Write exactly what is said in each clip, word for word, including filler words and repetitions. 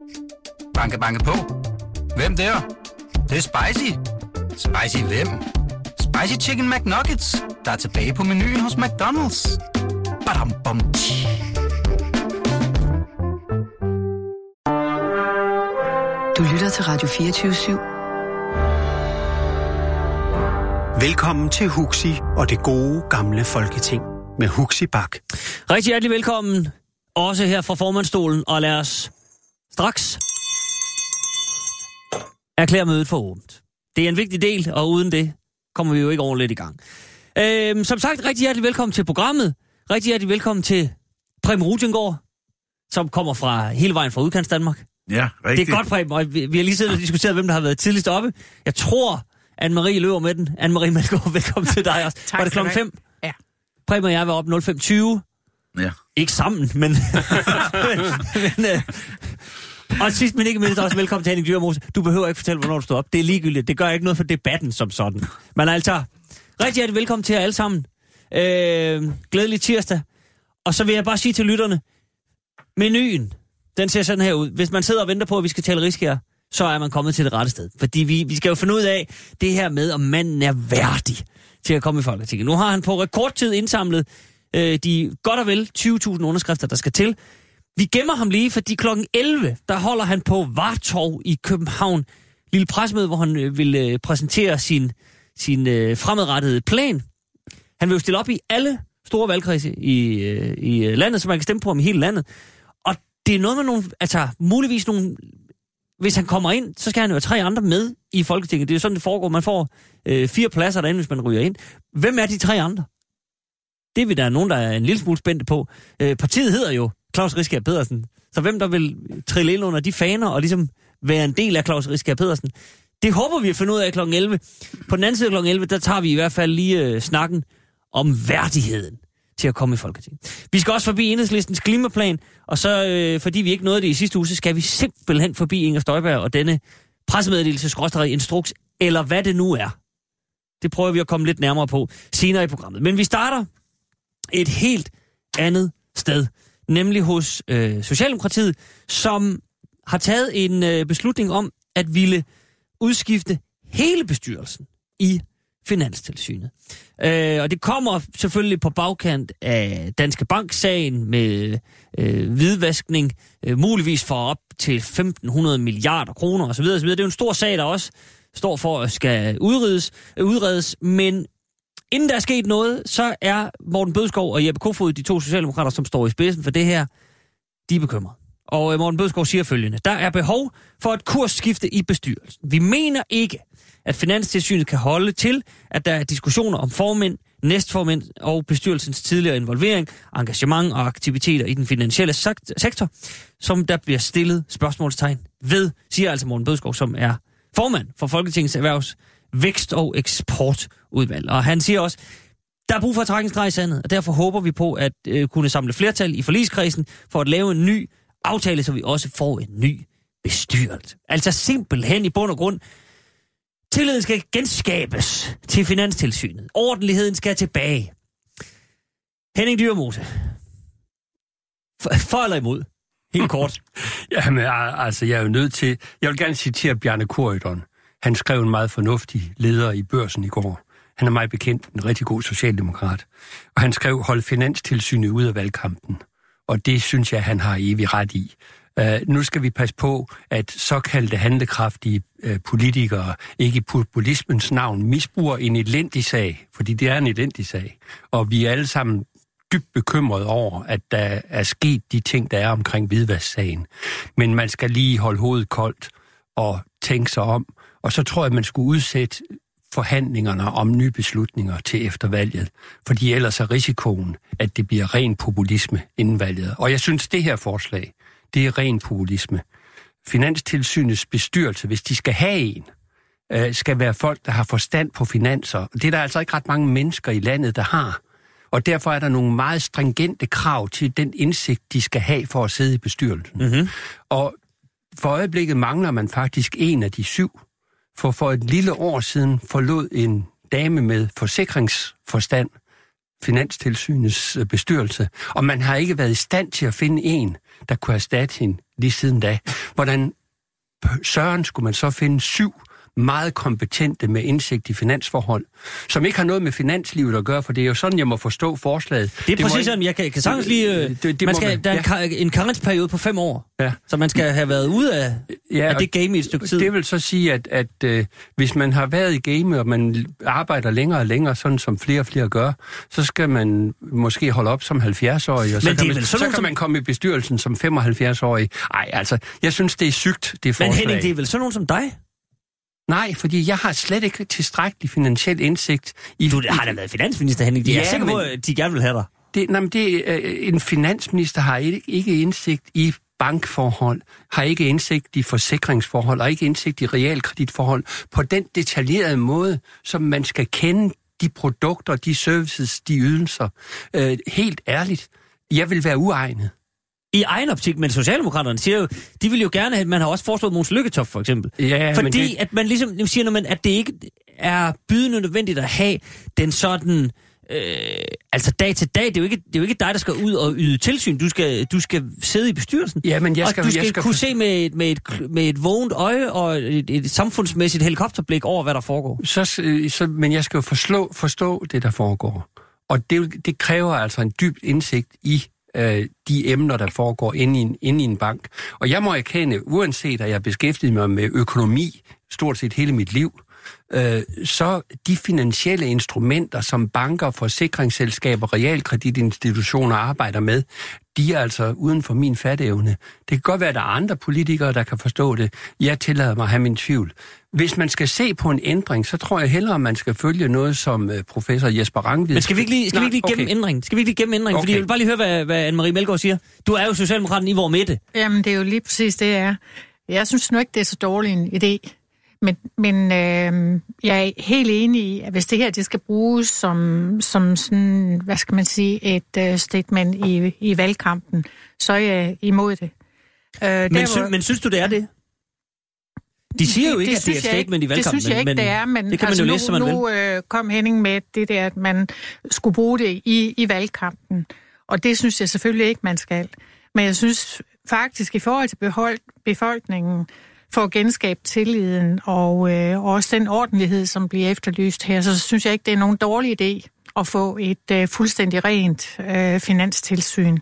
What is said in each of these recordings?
Banke, banke på. Hvem der? Det, det er spicy. Spicy hvem? Spicy Chicken McNuggets, der er tilbage på menuen hos McDonald's. Badum, bom, tji. Du lytter til Radio fireogtyve syv. Velkommen til Huxi og det gode gamle Folketing med Huxi Bak. Rigtig hjertelig velkommen, også her fra formandsstolen, og lad os straks erklære mødet for åbent. Det er en vigtig del, og uden det kommer vi jo ikke ordentligt i gang. Øhm, som sagt, rigtig hjertelig velkommen til programmet. Rigtig hjertelig velkommen til Preben Rudiengård, som kommer fra hele vejen fra Udkants Danmark. Ja, rigtigt. Det er godt, Preben, og vi, vi har lige siddet og diskuteret, hvem der har været tidligst oppe. Jeg tror, Anne-Marie løber med den. Anne-Marie Malgaard, velkommen til dig også. Tak, var det klokken fem? Ja. Preben og jeg var oppe nul fem tyve. Ja. Ikke sammen, men... men øh, og sidst, men ikke mindst også velkommen til Henning Dyrmose. Du behøver ikke fortælle, hvornår du står op. Det er ligegyldigt. Det gør ikke noget for debatten som sådan. Men altså, rigtig hjertelig velkommen til jer alle sammen. Øh, glædelig tirsdag. Og så vil jeg bare sige til lytterne, menuen, den ser sådan her ud. Hvis man sidder og venter på, at vi skal tale Riskær, så er man kommet til det rette sted. Fordi vi, vi skal jo finde ud af det her med, om manden er værdig til at komme i Folketinget. Nu har han på rekordtid indsamlet øh, de godt og vel tyve tusind underskrifter, der skal til. Vi gemmer ham lige, fordi klokken elleve, der holder han på Vartorv i København. Lille pressemøde, hvor han øh, vil øh, præsentere sin, sin øh, fremadrettede plan. Han vil jo stille op i alle store valgkredse i, øh, i landet, så man kan stemme på ham i hele landet. Og det er noget med nogle, altså muligvis nogle... Hvis han kommer ind, så skal han jo have tre andre med i Folketinget. Det er jo sådan, det foregår. Man får øh, fire pladser derinde, hvis man ryger ind. Hvem er de tre andre? Det er vi der er nogen, der er en lille smule spændte på. Øh, partiet hedder jo Claus Riskær Pedersen. Så hvem der vil trille ind under de faner og ligesom være en del af Claus Riskær Pedersen, det håber vi at finde ud af klokken elleve. På den anden side af klokken elleve, der tager vi i hvert fald lige øh, snakken om værdigheden til at komme i Folketinget. Vi skal også forbi Enhedslistens klimaplan, og så, øh, fordi vi ikke nåede det i sidste uge, så skal vi simpelthen forbi Inger Støjberg og denne pressemeddelelse, skråstreg instruks, eller hvad det nu er. Det prøver vi at komme lidt nærmere på senere i programmet. Men vi starter et helt andet sted, nemlig hos øh, Socialdemokratiet, som har taget en øh, beslutning om at ville udskifte hele bestyrelsen i Finanstilsynet. Øh, og det kommer selvfølgelig på bagkant af Danske Bank-sagen med øh, hvidvaskning, øh, muligvis for op til femten hundrede milliarder kroner osv. osv. Det er jo en stor sag, der også står for at skal udredes, øh, udredes, men inden der er sket noget, så er Morten Bødskov og Jeppe Kofod, de to socialdemokrater, som står i spidsen for det her, de er bekymrede. Og øh, Morten Bødskov siger følgende: der er behov for et kursskifte i bestyrelsen. Vi mener ikke, at Finanstilsynet kan holde til, at der er diskussioner om formænd, næstformænd og bestyrelsens tidligere involvering, engagement og aktiviteter i den finansielle sektor, som der bliver stillet spørgsmålstegn ved, siger altså Morten Bødskov, som er formand for Folketingets Erhvervs Vækst- og Eksportudvalg. Og han siger også, der er brug for at trække en streg i sandet, og derfor håber vi på at øh, kunne samle flertal i forligskredsen for at lave en ny aftale, så vi også får en ny bestyrelse. Altså simpelthen i bund og grund, tilliden skal genskabes til Finanstilsynet. Ordentligheden skal tilbage. Henning Dyrmose. For eller imod? Helt kort. Jamen, altså, jeg er jo nødt til... Jeg vil gerne citere Bjarne Corydon. Han skrev en meget fornuftig leder i Børsen i går. Han er meget bekendt, en rigtig god socialdemokrat. Og han skrev, hold Finanstilsynet ud af valgkampen. Og det synes jeg, han har evig ret i. Uh, nu skal vi passe på, at såkaldte handlekraftige uh, politikere ikke i populismens navn misbruger en elendig sag, fordi det er en elendig sag. Og vi er alle sammen dybt bekymrede over, at der er sket de ting, der er omkring hvidvasksagen. Men man skal lige holde hovedet koldt og tænke sig om. Og så tror jeg, at man skulle udsætte forhandlingerne om nye beslutninger til efter valget. Fordi ellers er risikoen, at det bliver ren populisme inden valget. Og jeg synes, det her forslag, det er ren populisme. Finanstilsynets bestyrelse, hvis de skal have en, øh, skal være folk, der har forstand på finanser. Det er der altså ikke ret mange mennesker i landet, der har. Og derfor er der nogle meget stringente krav til den indsigt, de skal have for at sidde i bestyrelsen. Mm-hmm. Og for øjeblikket mangler man faktisk en af de syv. For for et lille år siden forlod en dame med forsikringsforstand Finanstilsynets bestyrelse, og man har ikke været i stand til at finde en, der kunne erstatte hende lige siden da. hvordan søren skulle man så finde syv meget kompetente med indsigt i finansforhold, som ikke har noget med finanslivet at gøre, for det er jo sådan, jeg må forstå forslaget. Det er det præcis sådan, jeg kan, kan sagtens lige... Øh, det, det man skal, man, der er ja. en karensperiode på fem år, ja. Så man skal have været ude af, ja, af det game i et stykke tid. Det vil så sige, at, at øh, hvis man har været i game, og man arbejder længere og længere, sådan som flere og flere gør, så skal man måske holde op som halvfjerds-årig, og så, kan man, så kan som... man komme i bestyrelsen som femoghalvfjerds-årig. Ej, altså, jeg synes, det er sygt, det forslag. Men Henning, det er vel sådan nogen som dig? Nej, fordi jeg har slet ikke tilstrækkelig finansiel indsigt i... Du har da været finansminister, Henning. Jeg er ja, sikker på, at de gerne vil have dig. Det, nej, men det, øh, en finansminister har ikke, ikke indsigt i bankforhold, har ikke indsigt i forsikringsforhold, og ikke indsigt i realkreditforhold på den detaljerede måde, som man skal kende de produkter, de services, de ydelser. Øh, helt ærligt, jeg vil være uegnet. I egen optik, men Socialdemokraterne siger jo, de vil jo gerne have, man har også foreslået Mogens Lykketoft for eksempel. Ja, fordi det... at man ligesom siger, når man, at det ikke er bydende nødvendigt at have den sådan, øh, altså dag til dag, det er, jo ikke, det er jo ikke dig, der skal ud og yde tilsyn, du skal, du skal sidde i bestyrelsen, ja, men jeg skal, og du skal, jeg skal kunne se med et, med, et, med et vågent øje og et, et samfundsmæssigt helikopterblik over, hvad der foregår. Så, så, men jeg skal jo forstå, forstå det, der foregår. Og det, det kræver altså en dyb indsigt i de emner, der foregår inde i, en, inde i en bank. Og jeg må erkende, uanset at jeg beskæftiget mig med økonomi stort set hele mit liv, øh, så de finansielle instrumenter, som banker, forsikringsselskaber, realkreditinstitutioner arbejder med, de er altså uden for min fatteevne. Det kan godt være, at der er andre politikere, der kan forstå det. Jeg tillader mig at have min tvivl. Hvis man skal se på en ændring, så tror jeg hellere, at man skal følge noget, som uh, professor Jesper Rangvid... Men skal vi ikke lige, skal vi ikke lige gennem okay. ændringen? Skal vi ikke lige gennem ændringen? Okay. Fordi jeg vil bare lige høre, hvad, hvad Anne-Marie Melgaard siger. Du er jo socialdemokraten i vor midte. Jamen, det er jo lige præcis det, er. Jeg synes nu ikke, det er så dårlig en idé. Men, men øh, jeg er helt enig i, at hvis det her det skal bruges som, som sådan, hvad skal man sige, et uh, statement i, i valgkampen, så er jeg imod det. Uh, men, der, sy- hvor... men synes du, det er det? De siger jo ikke, det, det at det er et statement i valgkampen. Det synes jeg ikke, men, det er, men det kan man altså, jo læse, nu, som man nu øh, kom Henning med det der, at man skulle bruge det i, i valgkampen. Og det synes jeg selvfølgelig ikke, man skal. Men jeg synes faktisk, i forhold til behold, befolkningen, for at genskabe tilliden og øh, også den ordentlighed, som bliver efterlyst her, så synes jeg ikke, det er nogen dårlig idé at få et øh, fuldstændig rent øh, finanstilsyn.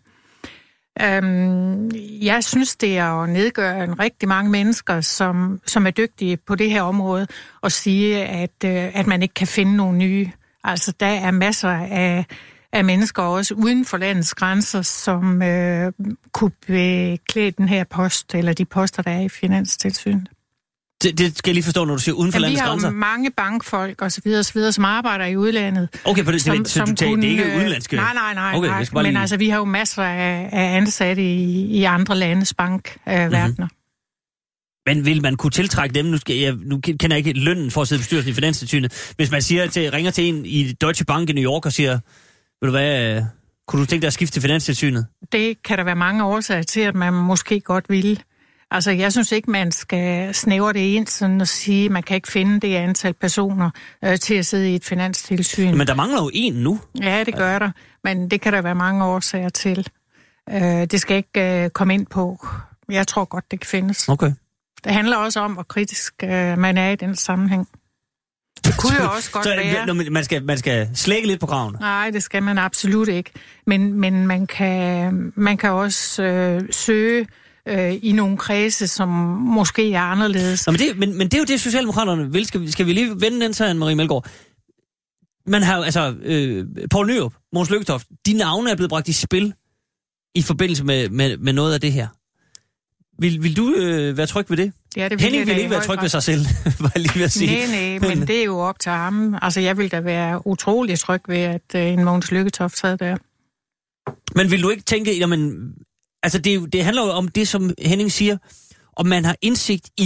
Øhm, jeg synes, det er at nedgøre en rigtig mange mennesker, som, som er dygtige på det her område, og sige, at, øh, at man ikke kan finde nogle nye. Altså, der er masser af, af mennesker også uden for landets grænser, som øh, kunne beklæde den her post, eller de poster, der er i Finanstilsynet. Det, det skal jeg lige forstå, når du siger uden for Jamen, landets grænser. Vi har mange bankfolk og så videre, så videre, som arbejder i udlandet. Okay, på det, som, så du tager, det er ikke udenlandske? Nej, nej, nej. Okay, nej. Men lige... altså, vi har jo masser af, af ansatte i, i andre landes bankverdener. Øh, mm-hmm. Men vil man kunne tiltrække dem? Nu, skal jeg, nu kender jeg ikke lønnen for at sidde i bestyrelsen i Finanstilsynet. Hvis man siger til, ringer til en i Deutsche Bank i New York og siger, ved du hvad, kunne du tænke dig at skifte til Finanstilsynet? Det kan der være mange årsager til, at man måske godt ville. Altså, jeg synes ikke, man skal snævre det ind sådan og sige, at man kan ikke finde det antal personer øh, til at sidde i et finanstilsyn. Men der mangler jo en nu. Ja, det gør der. Men det kan der være mange årsager til. Øh, det skal ikke øh, komme ind på. Jeg tror godt, det kan findes. Okay. Det handler også om, hvor kritisk øh, man er i den sammenhæng. Det kunne jo også godt så, være... Man skal, man skal slække lidt på kraven? Nej, det skal man absolut ikke. Men, men man, kan, man kan også øh, søge øh, i nogle kredse, som måske er anderledes. Nå, men, det, men, men det er jo det, Socialdemokraterne vil. Skal vi, skal vi lige vende den, så Anne-Marie Melgaard? Man har jo, altså, øh, Poul Nyrup, Mogens Lykketoft, de navne er blevet bragt i spil i forbindelse med, med, med noget af det her. Vil, vil du øh, være tryg ved det? Ja, det vil Henning vil ikke være tryg ved sig selv, var jeg lige ved at sige. Nej, nej, men det er jo op til ham. Altså, jeg vil da være utrolig tryg ved, at øh, en Mogens Lykketoft sad der. Men vil du ikke tænke, jamen, altså det, det handler jo om det, som Henning siger, om man har indsigt i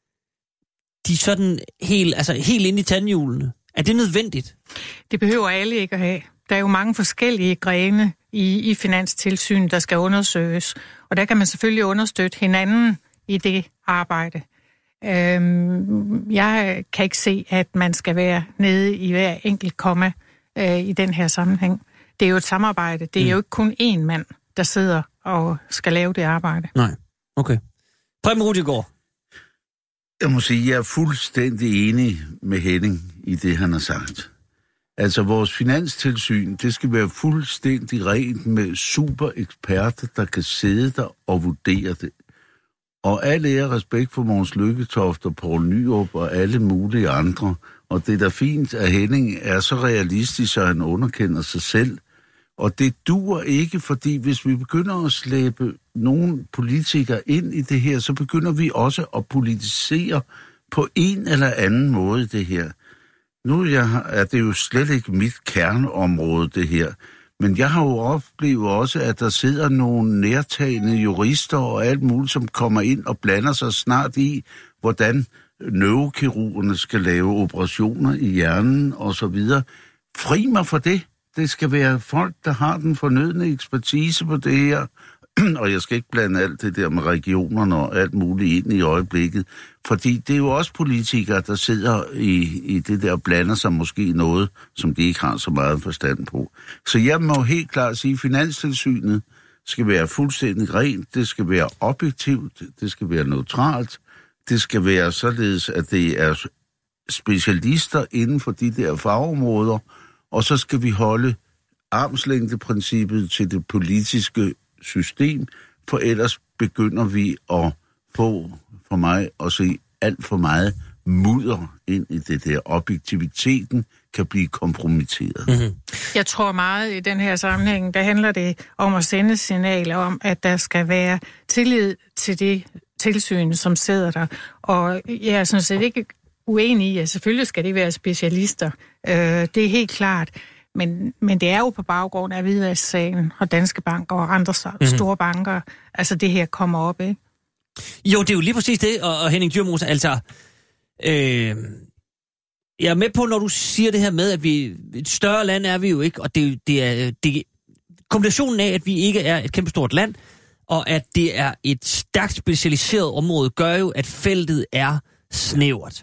de sådan helt, altså helt ind i tandhjulene. Er det nødvendigt? Det behøver alle ikke at have. Der er jo mange forskellige grene i, i Finanstilsynet, der skal undersøges. Og der kan man selvfølgelig understøtte hinanden i det arbejde. Øhm, jeg kan ikke se, at man skal være nede i hver enkelt komma øh, i den her sammenhæng. Det er jo et samarbejde. Det er mm. jo ikke kun én mand, der sidder og skal lave det arbejde. Nej, okay. Preben Rudigaard. Jeg må sige, at jeg er fuldstændig enig med Henning i det, han har sagt. Altså, vores finanstilsyn, det skal være fuldstændig rent med super eksperter, der kan sidde der og vurdere det. Og alle ære respekt for Mogens Lykketoft og Poul Nyrup og alle mulige andre. Og det er da fint, at Henning er så realistisk, at han underkender sig selv. Og det duer ikke, fordi hvis vi begynder at slæbe nogle politikere ind i det her, så begynder vi også at politisere på en eller anden måde det her. Nu er det jo slet ikke mit kerneområde, det her. Men jeg har jo oplevet også, at der sidder nogle nærtagende jurister og alt muligt, som kommer ind og blander sig snart i, hvordan neurokirurgerne skal lave operationer i hjernen og så videre. Fri mig for det. Det skal være folk, der har den fornødne ekspertise på det her. Og jeg skal ikke blande alt det der med regionerne og alt muligt ind i øjeblikket. Fordi det er jo også politikere, der sidder i, i det der og blander sig måske noget, som de ikke har så meget forstand på. Så jeg må helt klart sige, at Finanstilsynet skal være fuldstændig rent. Det skal være objektivt. Det skal være neutralt. Det skal være således, at det er specialister inden for de der fagområder. Og så skal vi holde armslængdeprincippet til det politiske system, for ellers begynder vi at få, for mig, at se alt for meget mudder ind i det der. Objektiviteten kan blive kompromitteret. Mm-hmm. Jeg tror meget i den her sammenhæng, der handler det om at sende signaler om, at der skal være tillid til det tilsyn, som sidder der. Og jeg er sådan set ikke uenig i, at selvfølgelig skal det være specialister. Øh, det er helt klart. Men, men det er jo på baggrund af hvidvasksagen og Danske Bank og andre mm-hmm. store banker. Altså det her kommer op, ikke? Jo, det er jo lige præcis det, og, og Henning Dyrmose, altså... Øh, jeg er med på, når du siger det her med, at vi et større land er vi jo ikke, og det, det er det, kombinationen af, at vi ikke er et kæmpestort land, og at det er et stærkt specialiseret område, gør jo, at feltet er snævert.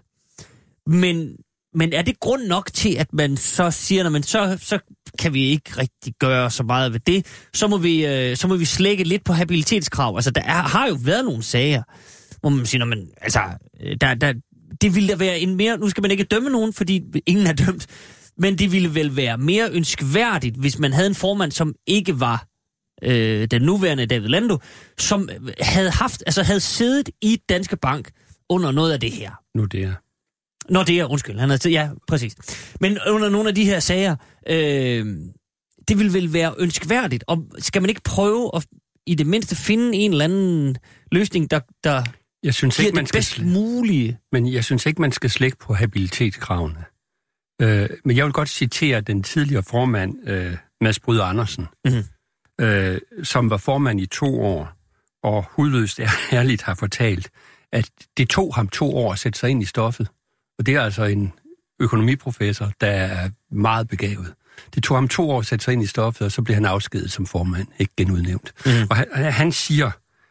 Men, men er det grund nok til, at man så siger, men så, så kan vi ikke rigtig gøre så meget ved det, så må vi, øh, så må vi slække lidt på habilitetskrav. Altså, der er, har jo været nogle sager, hvor man siger, men altså, der, der, det ville da være en mere, nu skal man ikke dømme nogen, fordi ingen er dømt, men det ville vel være mere ønskværdigt, hvis man havde en formand, som ikke var øh, den nuværende David Lando, som havde haft, altså havde siddet i Danske Bank under noget af det her. Nu det er. Nå, det er, undskyld, han havde, ja, præcis. Men under nogle af de her sager, øh, det vil vel være ønskværdigt, og skal man ikke prøve at i det mindste finde en eller anden løsning, der, der jeg synes giver ikke, man det bedst skal, mulige? Men jeg synes ikke, man skal slække på habilitetskravene. Øh, men jeg vil godt citere den tidligere formand, øh, Mads Bryder Andersen, mm-hmm. øh, som var formand i to år, og hudløst ærligt har fortalt, at det tog ham to år at sætte sig ind i stoffet. Og det er altså en økonomiprofessor, der er meget begavet. Det tog ham to år at sætte sig ind i stoffet, og så blev han afskediget som formand, ikke genudnævnt. Mm. Og han, han siger,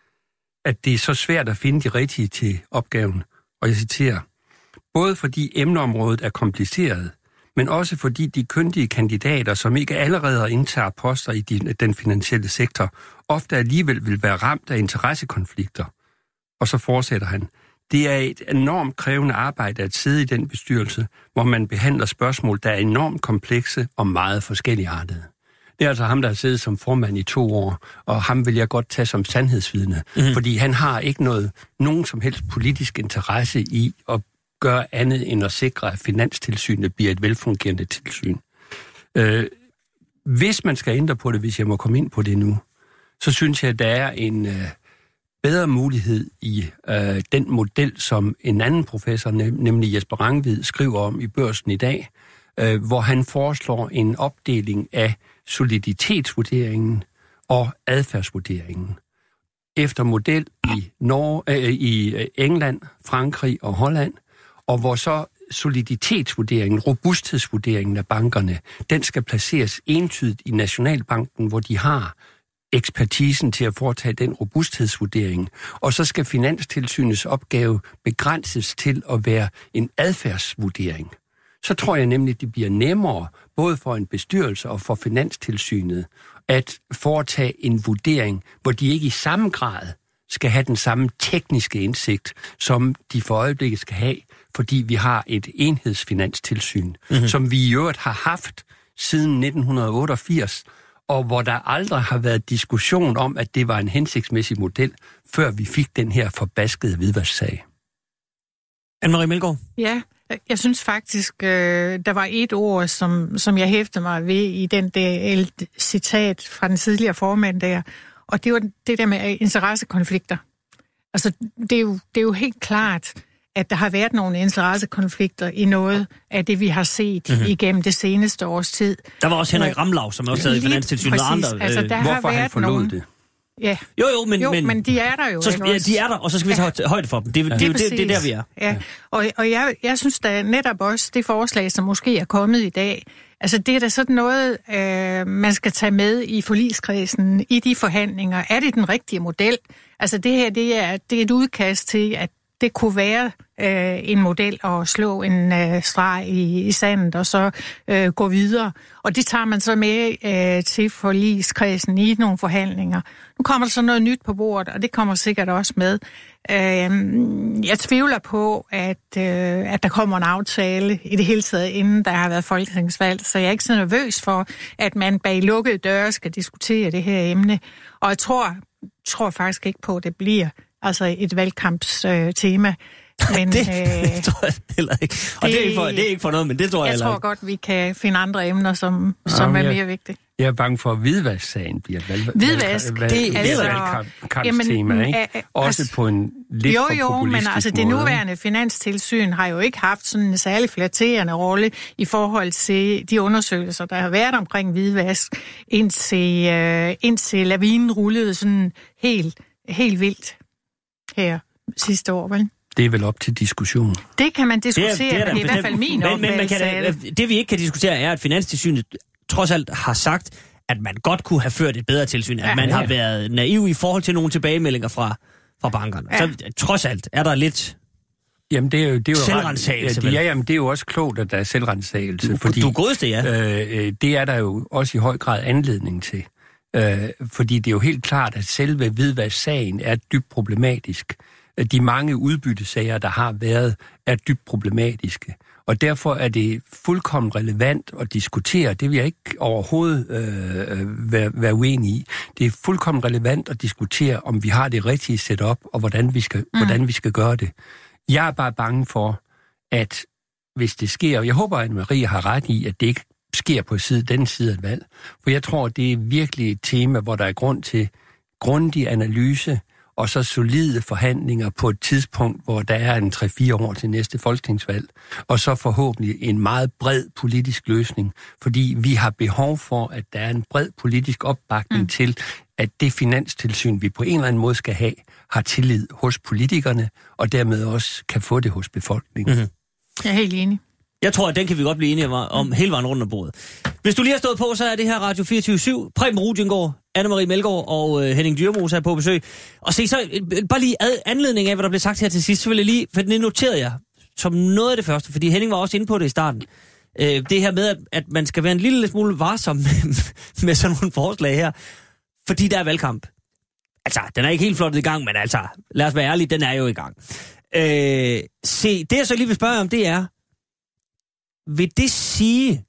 at det er så svært at finde de rigtige til opgaven. Og jeg citerer, både fordi emneområdet er kompliceret, men også fordi de kyndige kandidater, som ikke allerede indtager poster i de, den finansielle sektor, ofte alligevel vil være ramt af interessekonflikter. Og så fortsætter han, det er et enormt krævende arbejde at sidde i den bestyrelse, hvor man behandler spørgsmål, der er enormt komplekse og meget forskelligartede. Det er altså ham, der har siddet som formand i to år, og ham vil jeg godt tage som sandhedsvidne, mm-hmm. fordi han har ikke noget, nogen som helst politisk interesse i at gøre andet end at sikre, at Finanstilsynet bliver et velfungerende tilsyn. Øh, hvis man skal ændre på det, hvis jeg må komme ind på det nu, så synes jeg, at der er en øh, bedre mulighed i øh, den model, som en anden professor, nemlig Jesper Rangvid, skriver om i Børsen i dag, øh, hvor han foreslår en opdeling af soliditetsvurderingen og adfærdsvurderingen efter model i Norge, øh, i England, Frankrig og Holland, og hvor så soliditetsvurderingen, robusthedsvurderingen af bankerne, den skal placeres entydigt i Nationalbanken, hvor de har ekspertisen til at foretage den robusthedsvurdering. Og så skal Finanstilsynets opgave begrænses til at være en adfærdsvurdering. Så tror jeg nemlig, det bliver nemmere, både for en bestyrelse og for Finanstilsynet, at foretage en vurdering, hvor de ikke i samme grad skal have den samme tekniske indsigt, som de for øjeblikket skal have, fordi vi har et enhedsfinanstilsyn, mm-hmm. som vi i øvrigt har haft siden nitten otteogfirs, og hvor der aldrig har været diskussion om, at det var en hensigtsmæssig model, før vi fik den her forbaskede hvidvasksag. Anne-Marie Melgaard? Ja, jeg synes faktisk, øh, der var et ord, som, som jeg hæftede mig ved i den der citat fra den tidligere formand der, og det var det der med interessekonflikter. Altså, det er jo, det er jo helt klart, at der har været nogle interessekonflikter i noget af det, vi har set mm-hmm. igennem det seneste års tid. Der var også Henrik Ramlau, som også sad i Finanstilsynet og andre. Altså, der Hvorfor har han forlod nogle... det? Ja. Jo, jo, men, jo, men, men de er der jo. Så, ja, de er der, og så skal vi tage ja. højde for dem. Det, ja. det, det, det, det er der, vi er. Ja, og, og jeg, jeg synes da netop også, det forslag, som måske er kommet i dag, altså det er da sådan noget, øh, man skal tage med i forligskredsen, i de forhandlinger. Er det den rigtige model? Altså det her, det er, det er et udkast til, at det kunne være øh, en model at slå en øh, streg i, i sandet og så øh, gå videre. Og det tager man så med øh, til forligskredsen i nogle forhandlinger. Nu kommer der så noget nyt på bordet, og det kommer sikkert også med. Øh, jeg tvivler på, at, øh, at der kommer en aftale i det hele taget, inden der har været folketingsvalg. Så jeg er ikke så nervøs for, at man bag lukkede døre skal diskutere det her emne. Og jeg tror, tror faktisk ikke på, at det bliver altså et valgkampstema. Øh, men det, øh, det tror jeg heller ikke. Og det, det, er, ikke for, det er ikke for noget, men det tror jeg, jeg heller tror ikke. godt, vi kan finde andre emner, som, som Jamen, er jeg, mere vigtige. Jeg er bange for, at hvidvasksagen bliver et valg, Hvidvask, valg, det er altså, valgkampstema, ikke? Æ, Også altså, på en lidt jo, for jo, populistisk men altså det måde. nuværende finanstilsyn har jo ikke haft sådan en særlig flatterende rolle i forhold til de undersøgelser, der har været omkring hvidvask, indtil, øh, indtil lavinen rullede sådan helt, helt vildt her sidste år, vel? Det er vel op til diskussion. Det kan man diskutere, det er, det er, det er i hvert fald min men, men man kan da, det vi ikke kan diskutere er, at Finanstilsynet trods alt har sagt, at man godt kunne have ført et bedre tilsyn, at ja, man ja. har været naiv i forhold til nogle tilbagemeldinger fra, fra bankerne. Ja. Så trods alt er der lidt jamen, det er jo, det er jo selvrensagelse. Ja, ja, jamen, det er jo også klogt, at der er selvrensagelse. Du, fordi, du er godeste, ja. Øh, det er der jo også i høj grad anledning til. Øh, fordi det er jo helt klart, at selve hvidvasksagen er dybt problematisk. De mange udbyttesager, der har været, er dybt problematiske. Og derfor er det fuldkommen relevant at diskutere, det vil jeg ikke overhovedet øh, være, være uenig i. Det er fuldkommen relevant at diskutere, om vi har det rigtige setup, og hvordan vi skal, mm. hvordan vi skal gøre det. Jeg er bare bange for, at hvis det sker, og jeg håber, at Marie har ret i, at det ikke sker på side, den side af et valg. For jeg tror, det er virkelig et tema, hvor der er grund til grundig analyse, og så solide forhandlinger på et tidspunkt, hvor der er en tre-fire år til næste folketingsvalg, og så forhåbentlig en meget bred politisk løsning, fordi vi har behov for, at der er en bred politisk opbakning mm. til, at det finanstilsyn, vi på en eller anden måde skal have, har tillid hos politikerne, og dermed også kan få det hos befolkningen. Mm-hmm. Jeg er helt enig. Jeg tror, at den kan vi godt blive enige om hele vejen rundt om bordet. Hvis du lige har stået på, så er det her Radio fireogtyve syv. Preben Rudiengård, Anne-Marie Melgaard og øh, Henning Dyrmose er på besøg. Og se så, øh, bare lige ad, anledning af, hvad der blev sagt her til sidst, så vil jeg lige, for det noterede jeg som noget af det første, fordi Henning var også inde på det i starten. Øh, det her med, at, at man skal være en lille smule varsom med, med sådan nogle forslag her, fordi der er valgkamp. Altså, den er ikke helt flot i gang, men altså, lad os være ærlige, den er jo i gang. Øh, se, det jeg så lige vil spørge om, det er, vil det sige,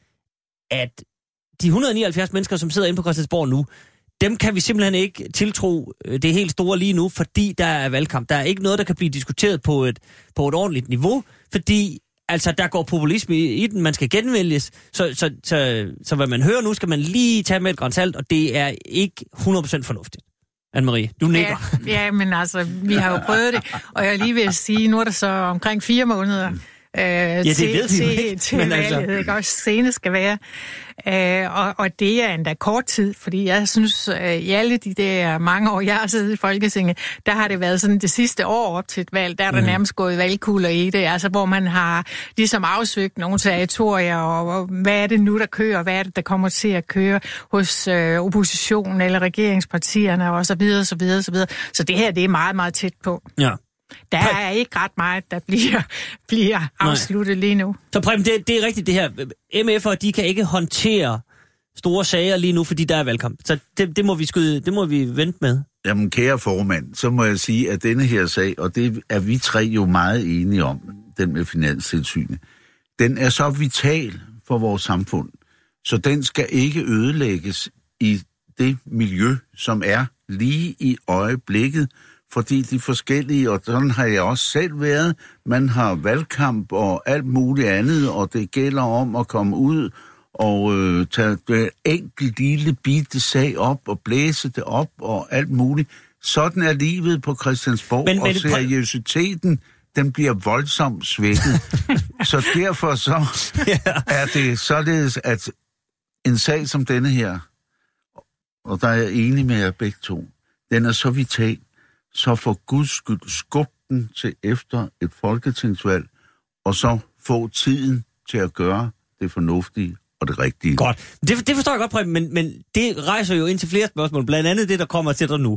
at de et hundrede og nioghalvfjerds mennesker, som sidder inde på Christiansborg nu, dem kan vi simpelthen ikke tiltro det helt store lige nu, fordi der er valgkamp. Der er ikke noget, der kan blive diskuteret på et, på et ordentligt niveau, fordi altså, der går populisme i, i den, man skal genvælges. Så, så, så, så hvad man hører nu, skal man lige tage med et gran salt, og det er ikke hundrede procent fornuftigt. Anne-Marie, du nikker. Ja, ja, men altså, vi har jo prøvet det, og jeg lige vil sige, nu er der så omkring fire måneder, Øh, ja, det til, ved vi jo ikke. til valget, altså. Ikke? Også senest skal være. Øh, og, og det er endda kort tid, fordi jeg synes, øh, i alle de der mange år, jeg har siddet i Folketinget, der har det været sådan det sidste år op til et valg, der er der mm. nærmest gået valgkugler i det, altså hvor man har ligesom afsøgt nogle territorier, og, og hvad er det nu, der kører, hvad er det, der kommer til at køre hos øh, oppositionen eller regeringspartierne, og så videre, så videre, så videre. Så det her, det er meget, meget tæt på. Ja. Der er ikke ret meget, der bliver, bliver afsluttet Nej. lige nu. Så Preben, det, det er rigtigt det her. M F'er, de kan ikke håndtere store sager lige nu, fordi der er valgkamp. Så det, det må vi skyde, det må vi vente med. Jamen, kære formand, så må jeg sige, at denne her sag, og det er vi tre jo meget enige om, den med Finanstilsynet, den er så vital for vores samfund, så den skal ikke ødelægges i det miljø, som er lige i øjeblikket, fordi de forskellige, og sådan har jeg også selv været, man har valgkamp og alt muligt andet, og det gælder om at komme ud og øh, tage det enkelt lille bitte sag op og blæse det op og alt muligt. Sådan er livet på Christiansborg, men, men og seriøsiteten, den bliver voldsomt svækket. Så derfor så er det således, at en sag som denne her, og der er jeg enig med jer begge to, den er så vital, så for Guds skyld skub den til efter et folketingsvalg, og så få tiden til at gøre det fornuftige og det rigtige. Godt. Det, det forstår jeg godt, Preben, men, men det rejser jo ind til flere spørgsmål, blandt andet det, der kommer til dig nu.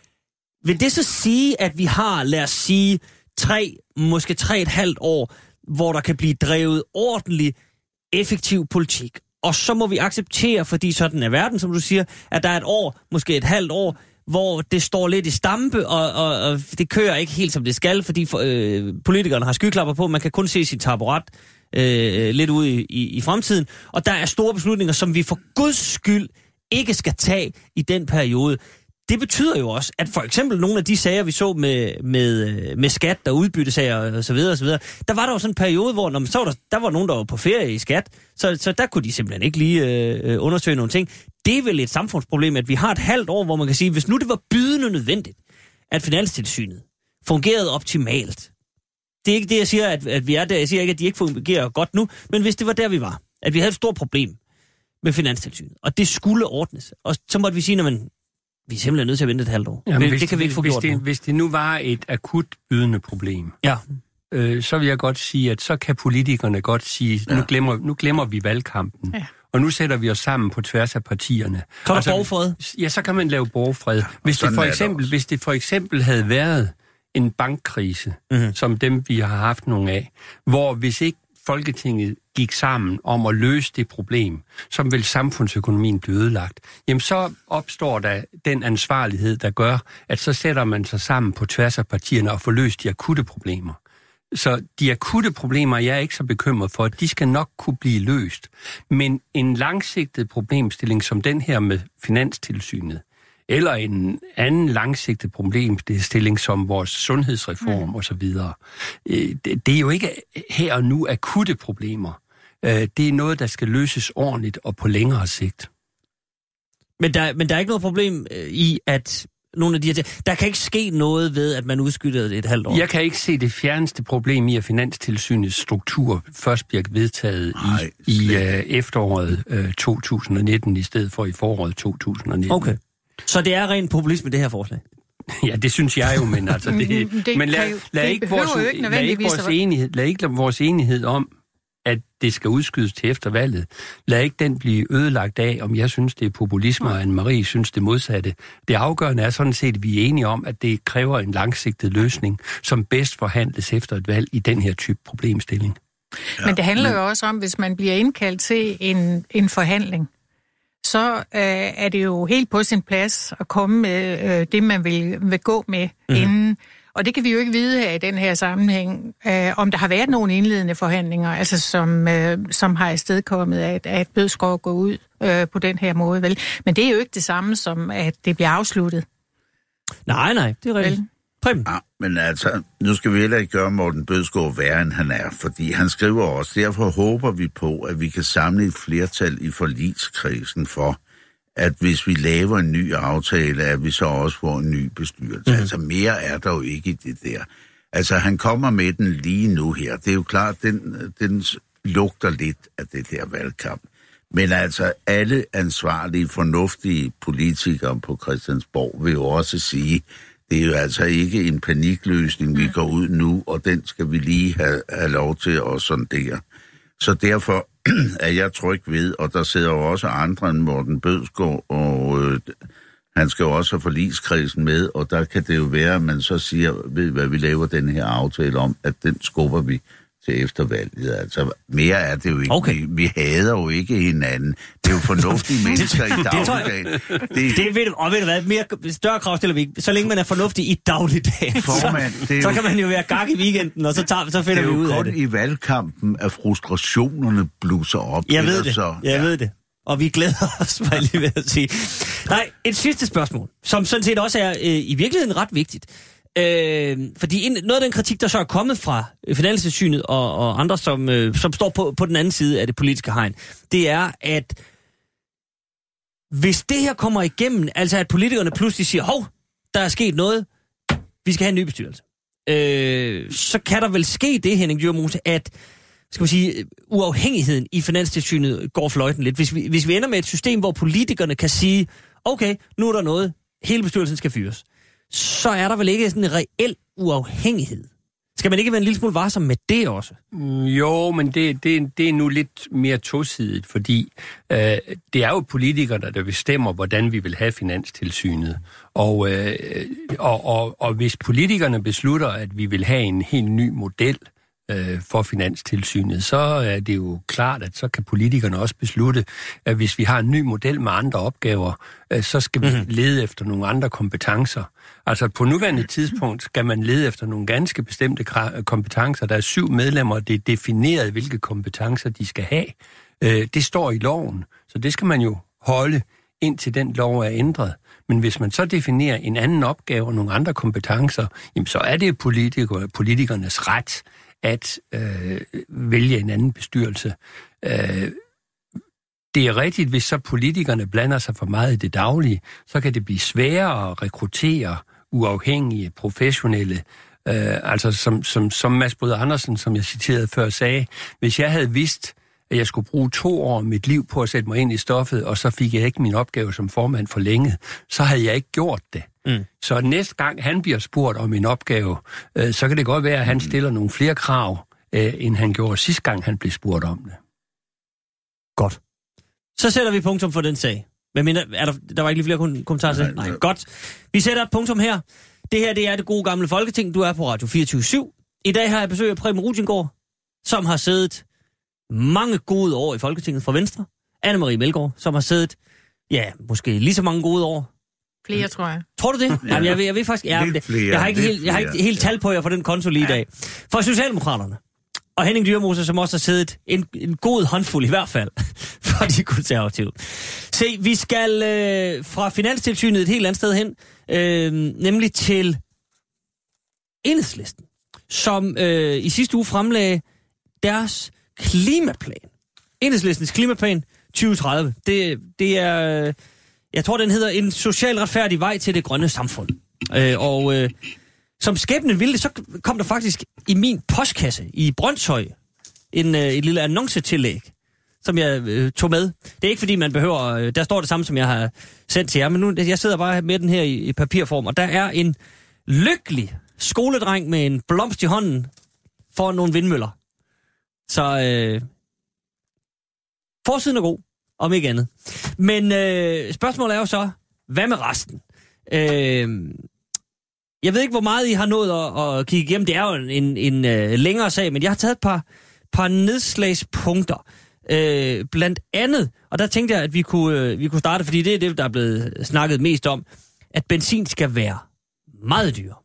Vil det så sige, at vi har, lad os sige, tre, måske tre et halvt år, hvor der kan blive drevet ordentlig, effektiv politik, og så må vi acceptere, fordi sådan er verden, som du siger, at der er et år, måske et halvt år, hvor det står lidt i stampe, og, og, og det kører ikke helt, som det skal, fordi for, øh, politikerne har skyklapper på, man kan kun se sit taburet øh, lidt ude i, i, i fremtiden, og der er store beslutninger, som vi for Guds skyld ikke skal tage i den periode. Det betyder jo også, at for eksempel nogle af de sager, vi så med, med, med skat og udbyttesager og så videre, og så videre, der var der jo sådan en periode, hvor når man så der, der var nogen, der var på ferie i skat, så, så der kunne de simpelthen ikke lige øh, undersøge nogle ting. Det er vel et samfundsproblem, at vi har et halvt år, hvor man kan sige, hvis nu det var bydende nødvendigt, at Finanstilsynet fungerede optimalt. Det er ikke det, jeg siger, at, at vi er der. Jeg siger ikke, at de ikke fungerer godt nu, men hvis det var der, vi var, at vi havde et stort problem med Finanstilsynet, og det skulle ordnes, og så måtte vi sige, når man vi er simpelthen nødt til at vente et halvt år. Jamen, det, det kan vi ikke få hvis gjort det, nu. Hvis det nu var et akut bydende problem, ja. øh, så vil jeg godt sige, at så kan politikerne godt sige, ja. nu, glemmer, nu glemmer vi valgkampen, ja. og nu sætter vi os sammen på tværs af partierne. Så er der altså, borgfred? Ja, så kan man lave borgfred. Hvis det, for eksempel, hvis det for eksempel havde været en bankkrise, mm-hmm. som dem vi har haft nogle af, hvor hvis ikke Folketinget gik sammen om at løse det problem, som vil samfundsøkonomien blive ødelagt, jamen så opstår der den ansvarlighed, der gør, at så sætter man sig sammen på tværs af partierne og får løst de akutte problemer. Så de akutte problemer, jeg er ikke så bekymret for, at de skal nok kunne blive løst. Men en langsigtet problemstilling som den her med Finanstilsynet, eller en anden langsigtet problemstilling som vores sundhedsreform mm. osv. Det, det er jo ikke her og nu akutte problemer. Det er noget, der skal løses ordentligt og på længere sigt. Men der, men der er ikke noget problem i, at nogle af de her... Der kan ikke ske noget ved, at man udskyder det et halvt år. Jeg kan ikke se det fjerneste problem i, at Finanstilsynets struktur først bliver vedtaget Nej, i, i uh, efteråret uh, to tusind nitten, i stedet for i foråret to tusind nitten. Okay. Så det er ren populisme, det her forslag? Ja, det synes jeg jo, men altså... Det, det men lad, jo, lad, det ikke vores, ikke lad, ikke vores enighed, lad ikke vores enighed om, at det skal udskydes til efter valget. Lad ikke den blive ødelagt af, om jeg synes, det er populisme, og Anne-Marie synes det modsatte. Det afgørende er sådan set, at vi er enige om, at det kræver en langsigtet løsning, som bedst forhandles efter et valg i den her type problemstilling. Ja. Men det handler jo også om, hvis man bliver indkaldt til en, en forhandling, så øh, er det jo helt på sin plads at komme med øh, det, man vil, vil gå med mm-hmm. inden. Og det kan vi jo ikke vide her i den her sammenhæng, øh, om der har været nogle indledende forhandlinger, altså som, øh, som har afstedkommet, at, at Bødskov går ud øh, på den her måde. Vel? Men det er jo ikke det samme som, at det bliver afsluttet. Nej, nej, det er rigtigt. Preben. Ja, men altså, nu skal vi heller ikke gøre Morten Bødskov værre, end han er, fordi han skriver også, derfor håber vi på, at vi kan samle et flertal i forligskredsen for, at hvis vi laver en ny aftale, at vi så også får en ny bestyrelse. Mm. Altså, mere er der jo ikke i det der. Altså, han kommer med den lige nu her. Det er jo klart, den, den lugter lidt af det der valgkamp. Men altså, alle ansvarlige, fornuftige politikere på Christiansborg vil jo også sige, det er jo altså ikke en panikløsning, vi går ud nu, og den skal vi lige have, have lov til at sondere. Så derfor er jeg tryg ved, og der sidder jo også andre end Morten Bødskov, og øh, han skal jo også have forligskredsen med, og der kan det jo være, at man så siger, ved hvad vi laver den her aftale om, at den skubber vi til eftervalget. Altså, mere er det jo ikke. Okay. Vi, vi hader jo ikke hinanden. Det er jo fornuftige mennesker i dagligdagen. Det, det ved du, og ved du hvad, mere, større krav stiller vi ikke. Så længe man er fornuftig i dagligdagen, Formand, så, det er så jo, kan man jo være gak i weekenden, og så, tager, så finder vi ud af det. Det er jo kun i valgkampen, at frustrationerne blusser op. Jeg ved det, så, jeg ja. ved det. Og vi glæder os, var jeg lige ved at sige. Nej, et sidste spørgsmål, som sådan set også er øh, i virkeligheden ret vigtigt. Øh, fordi en, noget af den kritik, der så er kommet fra Finanstilsynet og, og andre, som, øh, som står på, på den anden side af det politiske hegn, det er, at hvis det her kommer igennem, altså at politikerne pludselig siger, hov, der er sket noget, vi skal have en ny bestyrelse, øh, så kan der vel ske det, Henning Dyremose, at skal man sige, uafhængigheden i Finanstilsynet går fløjten lidt. Hvis vi, hvis vi ender med et system, hvor politikerne kan sige, okay, nu er der noget, hele bestyrelsen skal fyres, så er der vel ikke sådan en reel uafhængighed. Skal man ikke være en lille smule varsom med det også? Jo, men det, det, det er nu lidt mere tosidigt, fordi øh, det er jo politikerne, der bestemmer, hvordan vi vil have Finanstilsynet. Og, øh, og, og, og hvis politikerne beslutter, at vi vil have en helt ny model øh, for Finanstilsynet, så er det jo klart, at så kan politikerne også beslutte, at hvis vi har en ny model med andre opgaver, øh, så skal vi mm-hmm. lede efter nogle andre kompetencer. Altså på nuværende tidspunkt skal man lede efter nogle ganske bestemte kompetencer. Der er syv medlemmer, og det er defineret, hvilke kompetencer de skal have. Øh, det står i loven, så det skal man jo holde, indtil den lov er ændret. Men hvis man så definerer en anden opgave og nogle andre kompetencer, jamen så er det politiker, politikernes ret at øh, vælge en anden bestyrelse. Øh, det er rigtigt, hvis så politikerne blander sig for meget i det daglige, så kan det blive sværere at rekruttere uafhængige, professionelle, øh, altså som, som, som Mads Bryder Andersen, som jeg citerede før, sagde, hvis jeg havde vidst, at jeg skulle bruge to år af mit liv på at sætte mig ind i stoffet, og så fik jeg ikke min opgave som formand forlænget, så havde jeg ikke gjort det. Mm. Så næste gang han bliver spurgt om en opgave, øh, så kan det godt være, at han stiller nogle flere krav, øh, end han gjorde sidste gang, han blev spurgt om det. Godt. Så sætter vi punktum for den sag. Men mindre, er der, der var ikke lige flere kommentarer til? Nej, godt. Vi sætter et punktum her. Det her, det er det gode gamle Folketing. Du er på Radio fireogtyve syv. I dag har jeg besøg af Preben Rudiengaard, som har siddet mange gode år i Folketinget fra Venstre. Anne-Marie Melgaard, som har siddet, ja, måske lige så mange gode år. Flere, tror jeg. Tror du det? Ja. Jamen, jeg, ved, jeg ved faktisk... Ja, det, flere, jeg har ikke helt, jeg har ikke helt tal på jer for den konto lige i dag. For Socialdemokraterne. Og Henning Dyremose, som også har siddet en, en god håndfuld i hvert fald for de konservative. Se, vi skal øh, fra Finanstilsynet et helt andet sted hen, øh, nemlig til Enhedslisten, som øh, i sidste uge fremlagde deres klimaplan. Enhedslistens klimaplan tyve tredive. Det, det er, jeg tror, den hedder En social retfærdig vej til det grønne samfund. Øh, og øh, som skæbnen ville, så kom der faktisk i min postkasse i Brønshøj en, øh, et lille annoncetillæg, som jeg øh, tog med. Det er ikke, fordi man behøver... Øh, der står det samme, som jeg har sendt til jer, men nu, jeg sidder bare med den her i, i papirform, og der er en lykkelig skoledreng med en blomst i hånden foran nogle vindmøller. Så øh, forsiden er god, om ikke andet. Men øh, spørgsmålet er jo så, hvad med resten? Øh, jeg ved ikke, hvor meget I har nået at, at kigge igennem. Det er jo en, en, en uh, længere sag, men jeg har taget et par, par nedslagspunkter. Øh, blandt andet, og der tænkte jeg, at vi kunne, øh, vi kunne starte, fordi det er det, der er blevet snakket mest om, at benzin skal være meget dyr.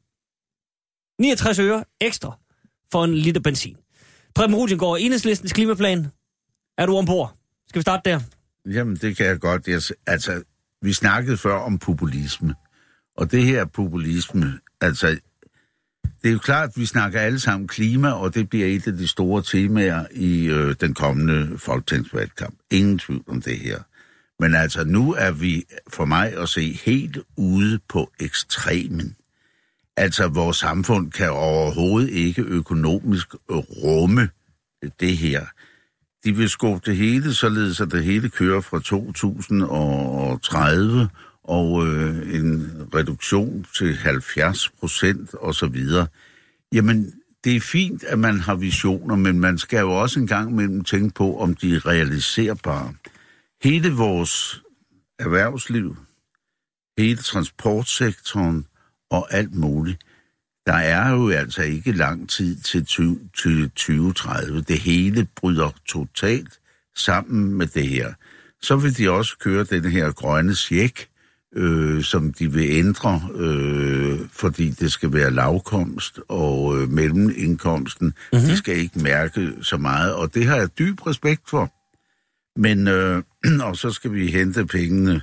niogtres øre ekstra for en liter benzin. Preben Rudiengaard, Enhedslistens klimaplan. Er du ombord? Skal vi starte der? Jamen, det kan jeg godt. Jeg, altså, vi snakkede før om populisme. Og det her populisme, altså, det er jo klart, at vi snakker alle sammen klima, og det bliver et af de store temaer i øh, den kommende folketingsvalgkamp. Ingen tvivl om det her. Men altså, nu er vi for mig at se helt ude på ekstremen. Altså, vores samfund kan overhovedet ikke økonomisk rumme det her. De vil skubbe det hele, således at det hele kører fra to tusind og tredive, og øh, en reduktion til halvfjerds procent og så videre. Jamen, det er fint, at man har visioner, men man skal jo også en gang imellem tænke på, om de er realiserbare. Hele vores erhvervsliv, hele transportsektoren og alt muligt, der er jo altså ikke lang tid til tyve tredive. Det hele bryder totalt sammen med det her. Så vil de også køre den her grønne check, øh, som de vil ændre, øh, fordi det skal være lavkomst og øh, mellemindkomsten. Mm-hmm. De skal ikke mærke så meget, og det har jeg dyb respekt for. Men, øh, og så skal vi hente pengene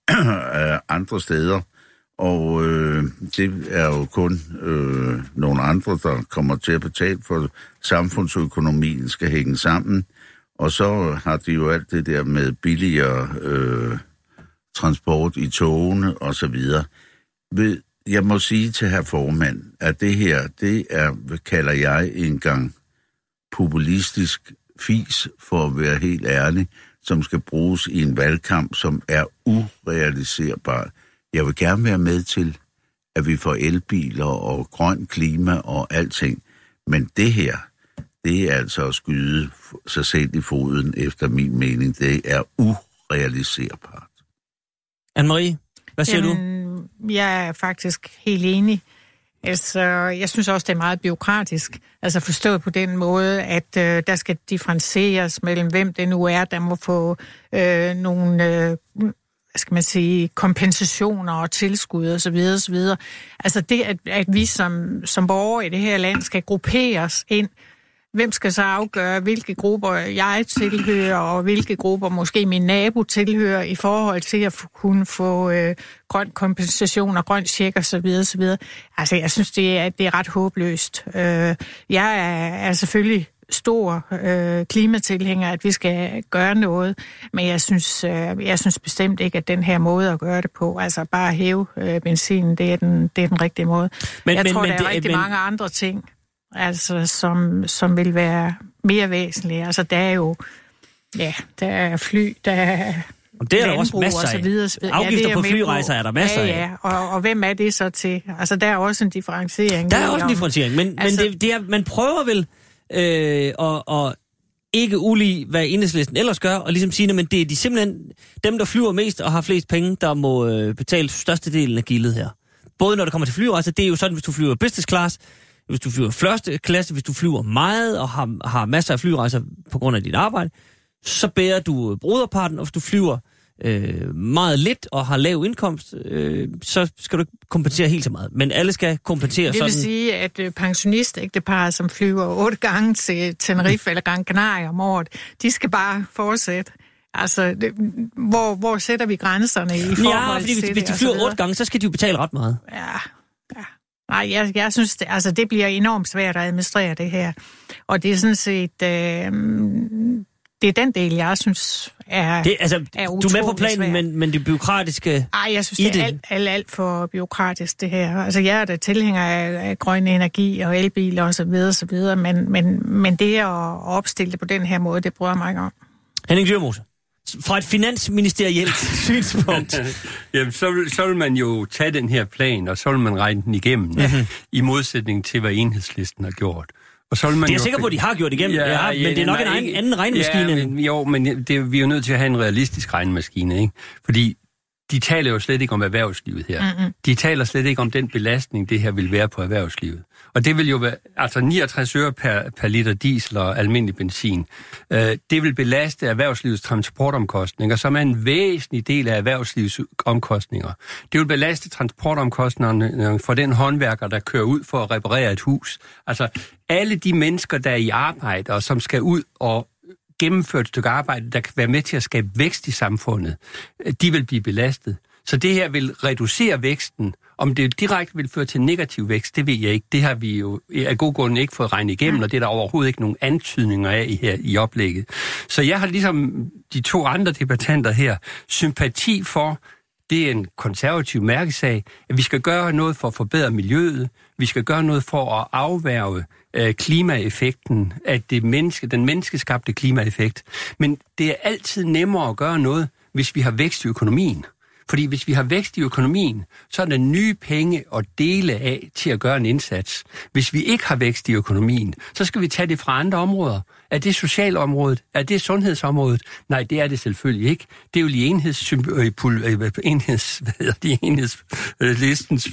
andre steder, og øh, det er jo kun øh, nogle andre, der kommer til at betale for, samfundsøkonomien skal hænge sammen. Og så har de jo alt det der med billigere øh, transport i togene og så videre. Jeg må sige til herr formand, at det her, det er, kalder jeg en gang populistisk fis, for at være helt ærlig, som skal bruges i en valgkamp, som er urealiserbar. Jeg vil gerne være med til, at vi får elbiler og grøn klima og alting. Men det her, det er altså at skyde sig selv i foden, efter min mening. Det er urealiserbart. Anne-Marie, hvad siger Jamen, du? Jeg er faktisk helt enig. Altså, jeg synes også, det er meget bureaukratisk. Altså forstået på den måde, at øh, der skal differentieres mellem, hvem det nu er, der må få øh, nogle øh, hvad skal man sige, kompensationer og tilskud og så videre, så videre. Altså det, at, at vi som, som borgere i det her land skal grupperes ind. Hvem skal så afgøre, hvilke grupper jeg tilhører, og hvilke grupper måske min nabo tilhører, i forhold til at kunne få øh, grøn kompensation og grøn check og så videre, så videre. Altså, jeg synes, det er, det er ret håbløst. Øh, jeg er, er selvfølgelig stor øh, klimatilhænger, at vi skal gøre noget, men jeg synes, øh, jeg synes bestemt ikke, at den her måde at gøre det på, altså bare hæve øh, benzinen, det er den, det er den rigtige måde. Men, jeg men, tror, men, der er det, rigtig men... mange andre ting, altså, som, som vil være mere væsentlige. Altså, der er jo, ja, der er fly, der er det er der også masser af. Videre, afgifter ja, på flyrejser er der masser af. Ja, ja. Og, og hvem er det så til? Altså, der er også en differentiering. Der er også en differentiering, men, altså, men det, det er, man prøver vel øh, at, at ikke ulige, hvad Enhedslisten ellers gør, og ligesom sige, men det er de simpelthen dem, der flyver mest og har flest penge, der må øh, betale størstedelen af gildet her. Både når det kommer til flyrejser, det er jo sådan, hvis du flyver business class, hvis du flyver første klasse, hvis du flyver meget og har, har masser af flyrejser på grund af dit arbejde, så bærer du broderparten, og hvis du flyver øh, meget lidt og har lav indkomst, øh, så skal du ikke kompensere helt så meget. Men alle skal kompensere sådan. Det vil sådan... sige, at øh, pensionistægteparer, som flyver otte gange til Tenerife eller Gran Canaria om året, de skal bare fortsætte. Altså, det, hvor, hvor sætter vi grænserne i forhold ja, fordi, til hvis de flyver otte gange, så skal de jo betale ret meget. Ja, ja. Nej, jeg, jeg synes, det, altså, det bliver enormt svært at administrere det her. Og det er sådan set, øh, det er den del, jeg synes er det, altså, er du er med på planen, men, men det bureaukratiske... Ej, jeg synes, det er alt, alt, alt for bureaukratisk, det her. Altså, jeg er da tilhænger af, af grøn energi og elbiler og så videre, så videre, men, men, men det at opstille det på den her måde, det bryder mig ikke om. Henning Dyrmose, fra et finansministerielt synspunkt. Jamen, så vil, så vil man jo tage den her plan, og så vil man regne den igennem, mm-hmm. i modsætning til, hvad Enhedslisten har gjort. Og så vil man det er jo... sikker på, at de har gjort igennem, ja, ja, men det er nok nej, en anden regnemaskine. Ja, men, jo, men det, vi er jo nødt til at have en realistisk regnemaskine, ikke? Fordi de taler jo slet ikke om erhvervslivet her. Mm-hmm. De taler slet ikke om den belastning, det her vil være på erhvervslivet. Og det vil jo være, altså niogtres øre per, per liter diesel og almindelig benzin. Øh, det vil belaste erhvervslivets transportomkostninger, som er en væsentlig del af erhvervslivets omkostninger. Det vil belaste transportomkostningerne for den håndværker, der kører ud for at reparere et hus. Altså alle de mennesker, der er i arbejde og som skal ud og gennemføre et stykke arbejde, der kan være med til at skabe vækst i samfundet, de vil blive belastet. Så det her vil reducere væksten. Om det direkte vil føre til negativ vækst, det ved jeg ikke. Det har vi jo af god grund ikke fået regnet igennem, og det er der overhovedet ikke nogen antydninger af i, her, i oplægget. Så jeg har ligesom de to andre debattanter her sympati for, det er en konservativ mærkesag, at vi skal gøre noget for at forbedre miljøet, vi skal gøre noget for at afværge øh, klimaeffekten af det menneske, den menneskeskabte klimaeffekt. Men det er altid nemmere at gøre noget, hvis vi har vækst i økonomien. Fordi hvis vi har vækst i økonomien, så er der nye penge at dele af til at gøre en indsats. Hvis vi ikke har vækst i økonomien, så skal vi tage det fra andre områder. Er det socialområdet? Er det sundhedsområdet? Nej, det er det selvfølgelig ikke. Det er jo lige enheds, enheds, hvad hedder det, enhedslistens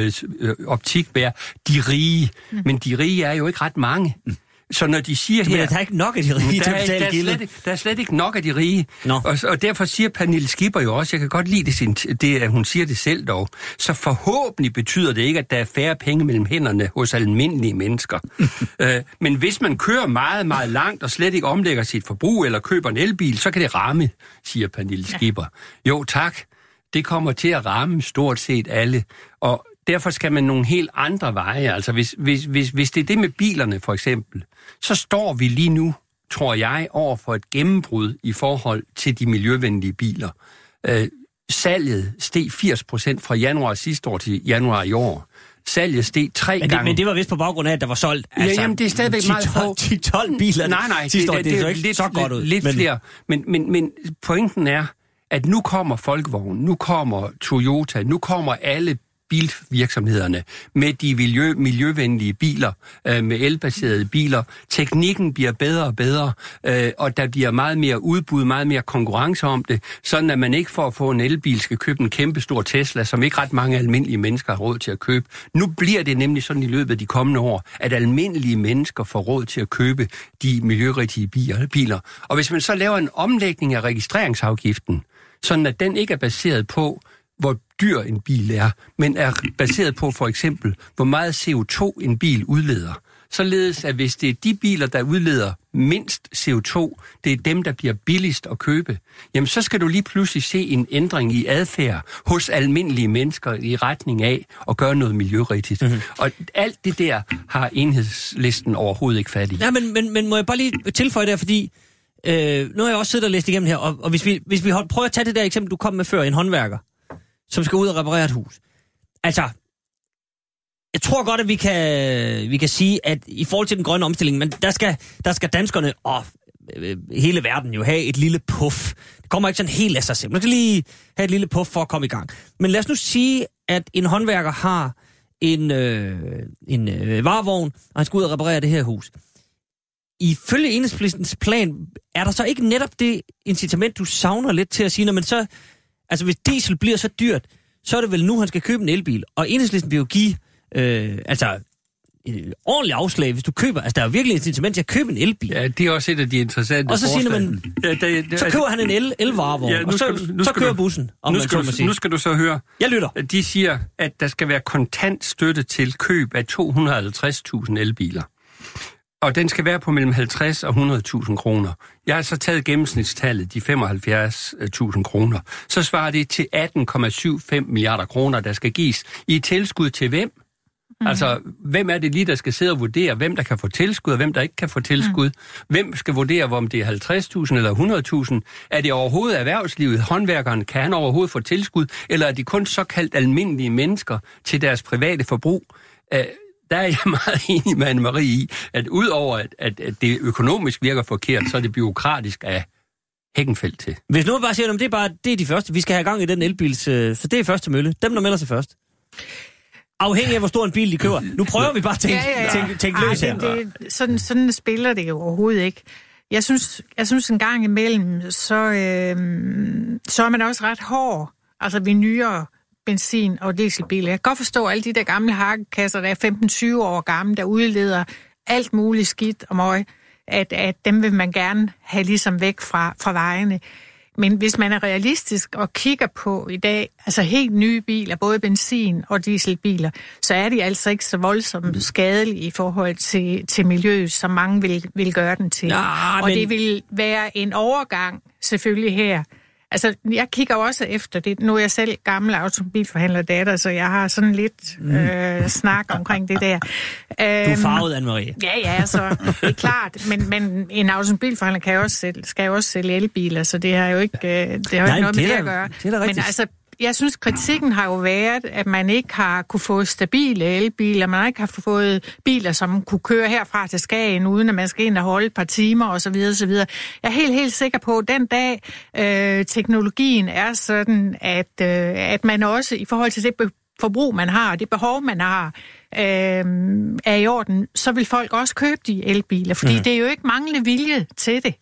optik være de rige. Men de rige er jo ikke ret mange. Så når de siger her... Men der er ikke nok af de rige til at betale der, gildet. der, der er slet ikke nok af de rige. No. Og, og derfor siger Pernille Skipper jo også, jeg kan godt lide det, sin, det, at hun siger det selv dog, så forhåbentlig betyder det ikke, at der er færre penge mellem hænderne hos almindelige mennesker. øh, men hvis man kører meget, meget langt og slet ikke omlægger sit forbrug eller køber en elbil, så kan det ramme, siger Pernille Skipper. Ja. Jo tak, det kommer til at ramme stort set alle. Og derfor skal man nogle helt andre veje. Altså hvis, hvis, hvis, hvis det er det med bilerne for eksempel, så står vi lige nu, tror jeg, over for et gennembrud i forhold til de miljøvenlige biler. Øh, salget steg firs procent fra januar sidste år til januar i år. Salget steg tre men det, gange. Men det var vist på baggrund af, at der var solgt altså, ja, jamen, det er stadigvæk meget få. ti til tolv biler nej, nej, sidste det, år. det, det, det er det ikke lidt, så godt ud. Lidt men... flere. Men, men, men pointen er, at nu kommer Folkevogn, nu kommer Toyota, nu kommer alle bilvirksomhederne med de miljø, miljøvenlige biler, øh, med elbaserede biler. Teknikken bliver bedre og bedre, øh, og der bliver meget mere udbud, meget mere konkurrence om det, sådan at man ikke for at få en elbil skal købe en kæmpe stor Tesla, som ikke ret mange almindelige mennesker har råd til at købe. Nu bliver det nemlig sådan i løbet af de kommende år, at almindelige mennesker får råd til at købe de miljørigtige biler. Og hvis man så laver en omlægning af registreringsafgiften, sådan at den ikke er baseret på, hvor dyr en bil er, men er baseret på for eksempel, hvor meget C O to en bil udleder. Således at hvis det er de biler, der udleder mindst C O to, det er dem, der bliver billigst at købe, jamen så skal du lige pludselig se en ændring i adfærd hos almindelige mennesker i retning af at gøre noget miljørigtigt. Mm-hmm. Og alt det der har Enhedslisten overhovedet ikke fat i. Ja, men, men, men må jeg bare lige tilføje der, fordi øh, nu har jeg også siddet og læst igennem her, og, og hvis vi, hvis vi hold, prøver at tage det der eksempel, du kom med før, en håndværker, som skal ud og reparere et hus. Altså, jeg tror godt, at vi kan, vi kan sige, at i forhold til den grønne omstilling, men der skal, der skal danskerne og øh, hele verden jo have et lille puff. Det kommer ikke sådan helt af sig selv. Man skal lige have et lille puff for at komme i gang. Men lad os nu sige, at en håndværker har en, øh, en øh, varevogn, og han skal ud og reparere det her hus. Ifølge Enhedslistens plan, er der så ikke netop det incitament, du savner lidt til at sige, når man så... Altså, hvis diesel bliver så dyrt, så er det vel nu, han skal købe en elbil. Og Enhedslisten vil jo give, øh, altså, et ordentligt afslag, hvis du køber... Altså, der er jo virkelig et incitament til at købe en elbil. Ja, det er også et af de interessante og så siger man, ja, det, det, så køber han en el, elvarevogn, ja, og så, du, så kører du, bussen, om nu man skal så må du, sige. Nu skal du så høre. Jeg lytter. De siger, at der skal være kontant støtte til køb af to hundrede og halvtreds tusind elbiler. Og den skal være på mellem halvtreds og hundrede tusind kroner. Jeg har så taget gennemsnitstallet, de femoghalvfjerds tusind kroner. Så svarer det til atten komma syvoghalvfems milliarder kroner, der skal gives i tilskud til hvem? Mm. Altså, hvem er det lige, der skal sidde og vurdere, hvem der kan få tilskud, og hvem der ikke kan få tilskud? Mm. Hvem skal vurdere, om det er halvtreds tusind eller hundrede tusind? Er det overhovedet erhvervslivet, håndværkeren, kan han overhovedet få tilskud? Eller er det kun såkaldt almindelige mennesker til deres private forbrug? Uh, Der er jeg meget enig med Anne-Marie i, at udover at, at, at det økonomisk virker forkert, så er det byråkratisk af Hækkenfeldt til. Hvis nu bare siger, at det er bare det er de første, vi skal have gang i den elbils, øh, så det er første mølle. Dem, der melder sig først. Afhængig af, hvor stor en bil de køber. Nu prøver vi bare at tænke, ja, ja, ja. tænke, tænke løs her. Ej, det, det, sådan, sådan spiller det jo overhovedet ikke. Jeg synes, jeg synes en gang imellem, så, øh, så er man også ret hård. Altså vi nyere benzin- og dieselbiler. Jeg kan godt forstå alle de der gamle hakkekasser, der er femten til tyve år gamle, der udleder alt muligt skidt og møg, at, at dem vil man gerne have ligesom væk fra, fra vejene. Men hvis man er realistisk og kigger på i dag, altså helt nye biler, både benzin- og dieselbiler, så er de altså ikke så voldsomt skadelige i forhold til, til miljøet, som mange vil, vil gøre den til. Ja, og men... det vil være en overgang selvfølgelig her. Altså, jeg kigger også efter det. Nu er jeg selv gammel automobilforhandler datter, så jeg har sådan lidt øh, snak omkring det der. Du er farvet, Anne-Marie. Ja, ja, så det er klart. Men, men en automobilforhandler kan jo også sælge, skal jo også sælge elbiler, så det har jo ikke, øh, det har jo Nej, ikke noget det med det er, at gøre. Det er da men altså, jeg synes, kritikken har jo været, at man ikke har kunne få stabile elbiler, man ikke har fået biler, som kunne køre herfra til Skagen, uden at man skal ind og holde et par timer osv. osv. Jeg er helt, helt sikker på, at den dag øh, teknologien er sådan, at, øh, at man også i forhold til det forbrug, man har, og det behov, man har, øh, er i orden, så vil folk også købe de elbiler, fordi mm. det er jo ikke manglende vilje til det.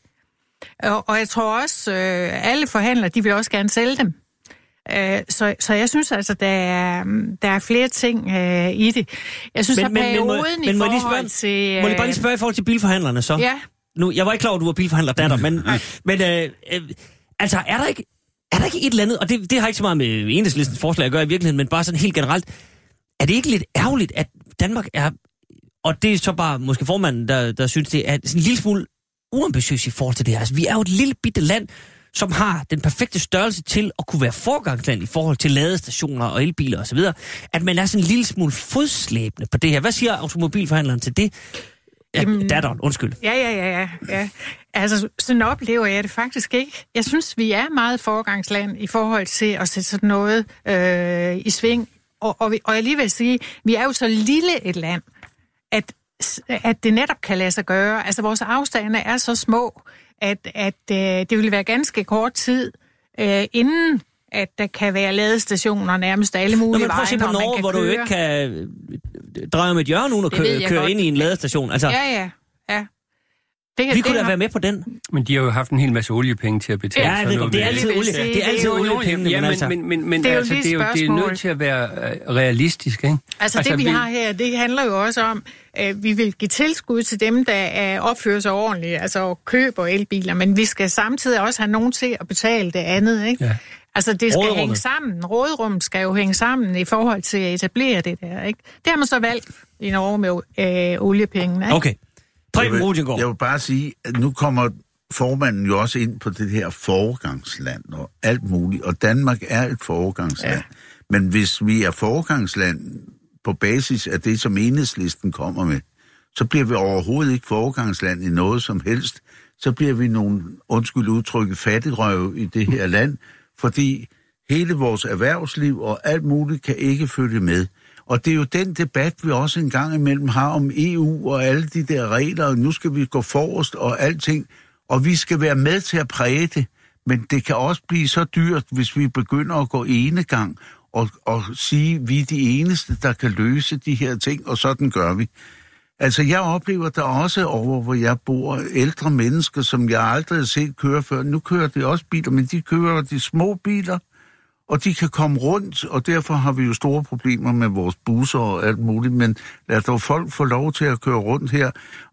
Og, og jeg tror også, øh, alle forhandlere, de vil også gerne sælge dem. Øh, så, så jeg synes altså, der er, der er flere ting øh, i det. Jeg synes, men, at perioden men, men, må, i forhold til... Øh, må jeg bare lige spørge i forhold til bilforhandlerne så? Ja. Nu, jeg var ikke klar over, at du var bilforhandler, datter, men, men øh, øh, altså, er der ikke... Er der ikke et eller andet, og det, det har ikke så meget med Enhedslistens forslag at gøre i virkeligheden, men bare sådan helt generelt, er det ikke lidt ærgerligt, at Danmark er, og det er så bare måske formanden, der, der synes, det er sådan en lille smule uambitiøs i forhold til det her. Altså, vi er jo et lille bitte land, som har den perfekte størrelse til at kunne være forgangsland i forhold til ladestationer og elbiler osv., at man er sådan en lille smule fodslæbende på det her. Hvad siger automobilforhandleren til det? Ja, Jamen, datteren, undskyld. Ja, ja, ja, ja, ja. Altså, sådan oplever jeg det faktisk ikke. Jeg synes, vi er meget foregangsland i forhold til at sætte sådan noget øh, i sving. Og, og, og jeg lige vil sige, vi er jo så lille et land, at, at det netop kan lade sig gøre. Altså, vores afstande er så små, at, at øh, det vil være ganske kort tid, øh, inden at der kan være ladestationer nærmest alle mulige veje, når man kan Norge, køre. Hvor du ikke kan dreje med et hjørne uden at køre, køre ind i en ladestation. Altså, ja, ja, ja. Det, vi det kunne da har... være med på den. Men de har jo haft en hel masse oliepenge til at betale. Ja, jeg ved, det er altid olie. Det er altid oliepengene, ja, men, altså. men, men, men det er altså, jo det er jo det er nødt til at være uh, realistisk, ikke? Altså, altså det vi, vi har her, det handler jo også om, at vi vil give tilskud til dem, der er opfører sig ordentligt, altså køber elbiler, men vi skal samtidig også have nogen til at betale det andet, ikke? Ja. Altså, det skal Rådrummet. hænge sammen. Rådrummet skal jo hænge sammen i forhold til at etablere det der, ikke? Det har man så valgt i Norge med øh, oliepengene, ikke? Okay. Jeg vil, jeg vil bare sige, at nu kommer formanden jo også ind på det her foregangsland og alt muligt, og Danmark er et foregangsland. Ja. Men hvis vi er foregangsland på basis af det, som Enhedslisten kommer med, så bliver vi overhovedet ikke foregangsland i noget som helst. Så bliver vi nogle, undskyld udtrykket, fattigrøve i det her land, fordi hele vores erhvervsliv og alt muligt kan ikke følge med. Og det er jo den debat, vi også en gang imellem har om E U og alle de der regler, og nu skal vi gå forrest og alting, og vi skal være med til at præge det, men det kan også blive så dyrt, hvis vi begynder at gå enegang og, og sige, at vi er de eneste, der kan løse de her ting, og sådan gør vi. Altså, jeg oplever der også over, hvor jeg bor, ældre mennesker, som jeg aldrig har set køre før. Nu kører de også biler, men de kører de små biler, og de kan komme rundt, og derfor har vi jo store problemer med vores busser og alt muligt, men lad dog folk få lov til at køre rundt her.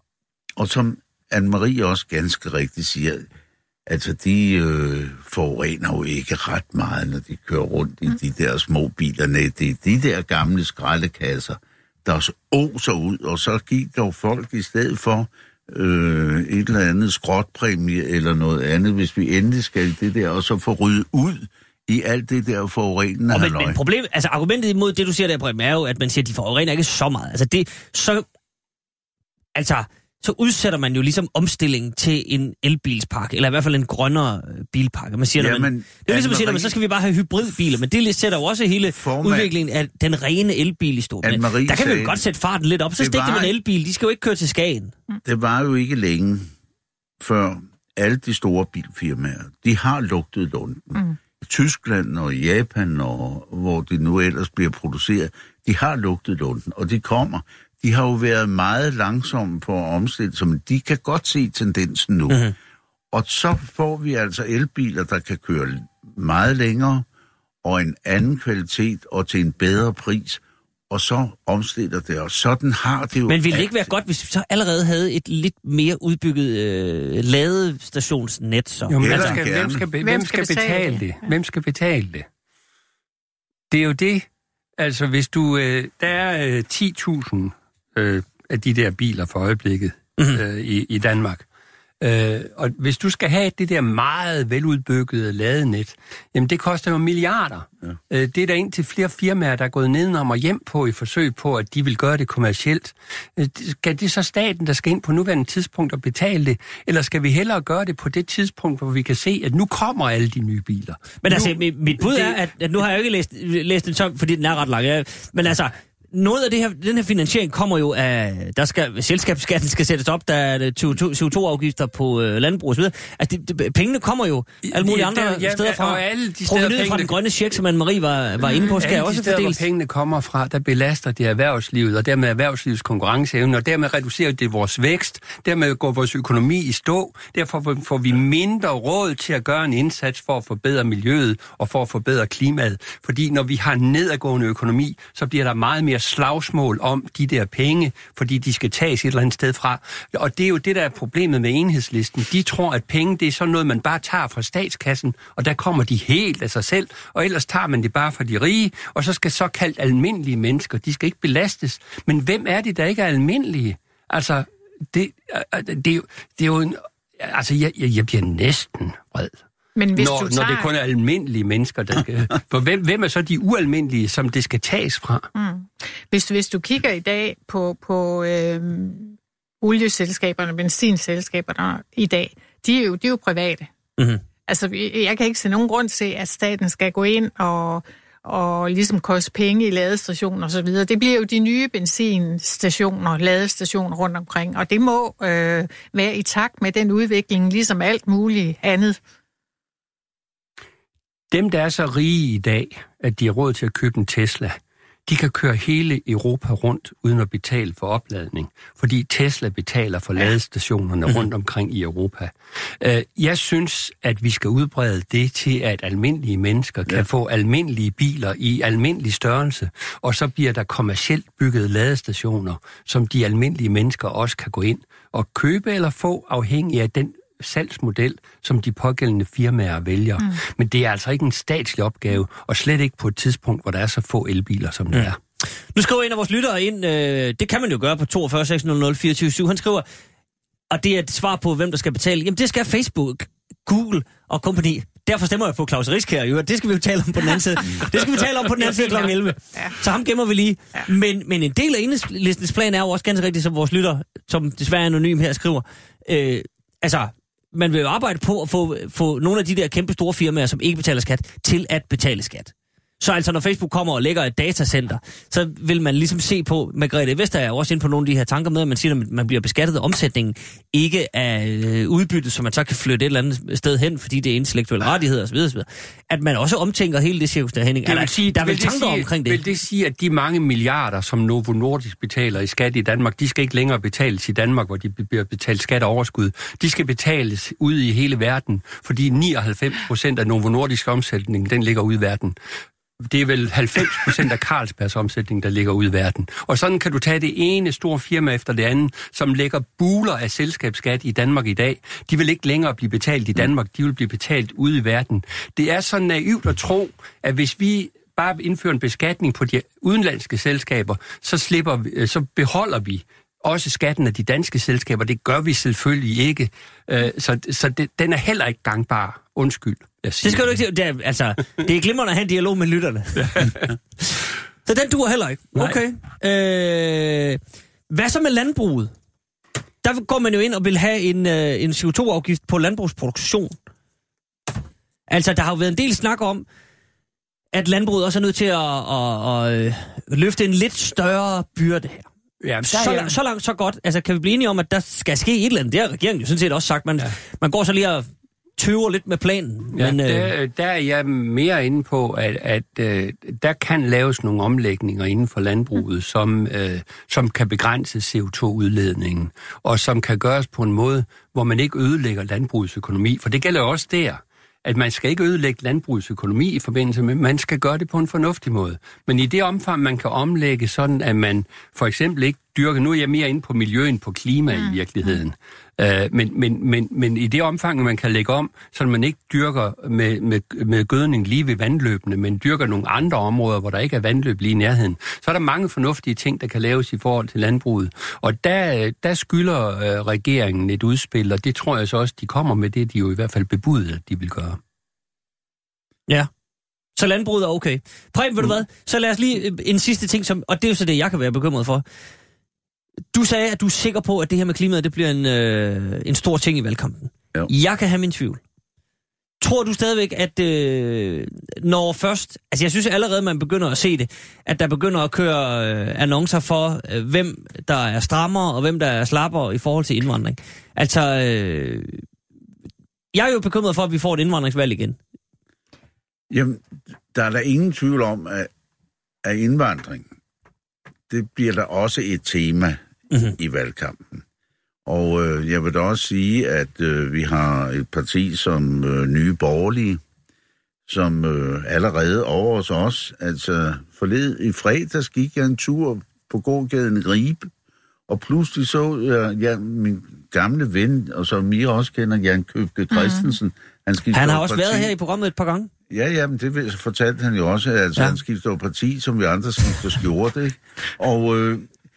Og som Anne-Marie også ganske rigtigt siger, altså de øh, forurener jo ikke ret meget, når de kører rundt i de der små biler. Nej, det er de der gamle skraldekasser, der oser ud, og så giver dog folk i stedet for øh, et eller andet skrotpræmie eller noget andet, hvis vi endelig skal det der, og så få ryddet ud i alt det der forurenende halløj. Men, men problemet, altså argumentet imod det, du siger der, Preben, er jo, at man siger, at de forurener ikke så meget. Altså det, så, altså, så udsætter man jo ligesom omstillingen til en elbilspark, eller i hvert fald en grønnere bilpark. Man siger, ja, man, det er ligesom at sige, at så skal vi bare have hybridbiler, men det sætter jo også hele formand, udviklingen af den rene elbil i stå. Der kan vi jo godt sætte farten lidt op, så stik det med en elbil, de skal jo ikke køre til Skagen. Det var jo ikke længe før alle de store bilfirmaer, de har lugtet lunden. Mm. Tyskland og Japan, og hvor det nu ellers bliver produceret, de har lugtet lunden, og de kommer. De har jo været meget langsomme på at omstille sig, men de kan godt se tendensen nu. Mm-hmm. Og så får vi altså elbiler, der kan køre meget længere, og en anden kvalitet, og til en bedre pris, og så omstiller det, og sådan har det jo... Men ville det ikke være godt, hvis vi så allerede havde et lidt mere udbygget øh, ladestationsnet? Så? Jo, men altså, skal, hvem, skal, be, hvem skal betale det? Hvem skal betale det? Det er jo det, altså hvis du... Øh, der er øh, ti tusind øh, af de der biler for øjeblikket mm-hmm. øh, i, i Danmark. Øh, og hvis du skal have det der meget veludbyggede ladenet, jamen det koster jo milliarder. Ja. Øh, det er der indtil flere firmaer, der er gået nedenom og hjem på i forsøg på, at de vil gøre det kommercielt. Øh, skal det så staten, der skal ind på nuværende tidspunkt og betale det, eller skal vi hellere gøre det på det tidspunkt, hvor vi kan se, at nu kommer alle de nye biler? Men nu, altså, mit bud det, er, at, at nu har jeg jo ikke læst, læst den så, fordi den er ret lang. Ja. Men altså, noget af det her, den her finansiering kommer jo af, der skal, selskabsskatten skal sættes op, der er C O to afgifter på øh, landbrug og så videre. Altså, det, det, pengene kommer jo alle mulige andre der, ja, steder fra. Og alle de steder, pengene fra den grønne check, som Anne-Marie var, var inde på, skal alle også de steder, fordeles. Hvor pengene kommer fra, der belaster det erhvervslivet, og dermed erhvervslivets konkurrenceevne, og dermed reducerer det vores vækst, dermed går vores økonomi i stå, derfor får vi mindre råd til at gøre en indsats for at forbedre miljøet og for at forbedre klimaet. Fordi når vi har nedadgående økonomi, så bliver der meget mere slagsmål om de der penge, fordi de skal tages et eller andet sted fra. Og det er jo det, der er problemet med Enhedslisten. De tror, at penge, det er sådan noget, man bare tager fra statskassen, og der kommer de helt af sig selv, og ellers tager man det bare fra de rige, og så skal såkaldt almindelige mennesker, de skal ikke belastes. Men hvem er det, der ikke er almindelige? Altså, det, det, er, jo, det er jo en... Altså, jeg, jeg bliver næsten vred. Men hvis når, du tager... når det kun er almindelige mennesker, der skal... For hvem, hvem er så de ualmindelige, som det skal tages fra? Mm. Hvis, du, hvis du kigger i dag på, på øh, olieselskaberne, benzinselskaberne i dag, de er jo, de er jo private. Mm-hmm. Altså, jeg kan ikke se nogen grund til, at staten skal gå ind og, og ligesom koste penge i ladestationer og så videre. Det bliver jo de nye benzinstationer, ladestationer rundt omkring, og det må øh, være i takt med den udvikling, ligesom alt muligt andet. Dem, der er så rige i dag, at de har råd til at købe en Tesla, de kan køre hele Europa rundt uden at betale for opladning, fordi Tesla betaler for ladestationerne rundt omkring i Europa. Jeg synes, at vi skal udbrede det til, at almindelige mennesker kan ja. få almindelige biler i almindelig størrelse, og så bliver der kommercielt byggede ladestationer, som de almindelige mennesker også kan gå ind og købe eller få, afhængig af den salgsmodel, som de pågældende firmaer vælger. Mm. Men det er altså ikke en statslig opgave, og slet ikke på et tidspunkt, hvor der er så få elbiler, som mm. der er. Nu skriver en af vores lyttere ind, øh, det kan man jo gøre på toogfyrre seks nul nul fireogtyve syv. Han skriver, og det er et svar på, hvem der skal betale. Jamen, det skal Facebook, Google og kompagni. Derfor stemmer jeg på Claus Riskær, jo. Det skal vi jo tale om på den anden side. Det skal vi tale om på den anden side klokken elleve. Så ham gemmer vi lige. Men, men en del af Enhedslistens plan er jo også ganske rigtigt, som vores lytter, som desværre er anonym her, skriver. Øh, altså, man vil jo arbejde på at få, få nogle af de der kæmpe store firmaer, som ikke betaler skat, til at betale skat. Så altså, når Facebook kommer og lægger et datacenter, så vil man ligesom se på, Margrethe Vestager er også inde på nogle af de her tanker med, at man siger, at man bliver beskattet af omsætningen, ikke af øh, udbyttet, så man så kan flytte et eller andet sted hen, fordi det er intellektuelle rettigheder osv. osv. At man også omtænker hele det cirkus der, Henning. Det vil sige, der er vel tanker sige, omkring det. Vil det sige, at de mange milliarder, som Novo Nordisk betaler i skat i Danmark, de skal ikke længere betales i Danmark, hvor de bliver betalt skat og overskud. De skal betales ude i hele verden, fordi nioghalvfems procent af Novo Nordisk omsætning, den ligger ude i verden. Det er vel halvfems procent af Carlsbergs omsætning, der ligger ude i verden. Og sådan kan du tage det ene store firma efter det andet, som lægger buler af selskabsskat i Danmark i dag. De vil ikke længere blive betalt i Danmark, de vil blive betalt ude i verden. Det er så naivt at tro, at hvis vi bare indfører en beskatning på de udenlandske selskaber, så, slipper vi, så beholder vi også skatten af de danske selskaber. Det gør vi selvfølgelig ikke. Så, så det, den er heller ikke gangbar. Undskyld. Det skal du ikke det er, altså, det er glimrende at have en dialog med lytterne. Så den duer heller ikke. Okay. Øh, hvad så med landbruget? Der går man jo ind og vil have en, øh, en C O to afgift på landbrugsproduktion. Altså, der har jo været en del snak om, at landbruget også er nødt til at, at, at, at løfte en lidt større byrde her. Ja, så, så, så langt, så godt. Altså, kan vi blive enige om, at der skal ske et eller andet? Det har regeringen jo sådan set også sagt. Man, ja. man går så lige og tøver lidt med planen. Ja, men, der, øh... der er jeg mere inde på, at, at øh, der kan laves nogle omlægninger inden for landbruget, mm. som, øh, som kan begrænse C O to udledningen, og som kan gøres på en måde, hvor man ikke ødelægger landbrugets økonomi. For det gælder også der, at man skal ikke ødelægge landbrugets økonomi i forbindelse med, man skal gøre det på en fornuftig måde. Men i det omfang, man kan omlægge sådan, at man for eksempel ikke dyrker, nu er jeg mere inde på miljø end på klima mm. i virkeligheden. Uh, men, men, men, men i det omfang, man kan lægge om, så man ikke dyrker med, med, med gødning lige ved vandløbene, men dyrker nogle andre områder, hvor der ikke er vandløb lige i nærheden, så er der mange fornuftige ting, der kan laves i forhold til landbruget. Og der, der skylder uh, regeringen et udspil, og det tror jeg så også, de kommer med det, de jo i hvert fald bebudet, at de vil gøre. Ja. Så landbruget er okay. Preben, ved du hvad? Så lad os lige en sidste ting, som, og det er jo så det, jeg kan være bekymret for. Du sagde, at du er sikker på, at det her med klimaet, det bliver en, øh, en stor ting i valgkampen. Jo. Jeg kan have min tvivl. Tror du stadigvæk, at øh, når først... Altså, jeg synes allerede, man begynder at se det, at der begynder at køre øh, annoncer for, øh, hvem der er strammere, og hvem der er slappere i forhold til indvandring. Altså, øh, jeg er jo bekymret for, at vi får et indvandringsvalg igen. Jamen, der er der ingen tvivl om, at, at indvandring, det bliver der også et tema mm-hmm. i valgkampen. Og øh, jeg vil da også sige, at øh, vi har et parti som øh, Nye Borgerlige, som øh, allerede over os også, altså forled i fredags gik jeg en tur på gågaden i Ribe, og pludselig så jeg ja, min gamle ven, og som Mia også kender, Jan Købke Christensen. Mm. Han, han har også parti. Været her i programmet et par gange. Ja, ja, men det fortalte han jo også, at altså, ja. Han skiftede parti, som vi andre skifter skjorte, ikke? Og, øh,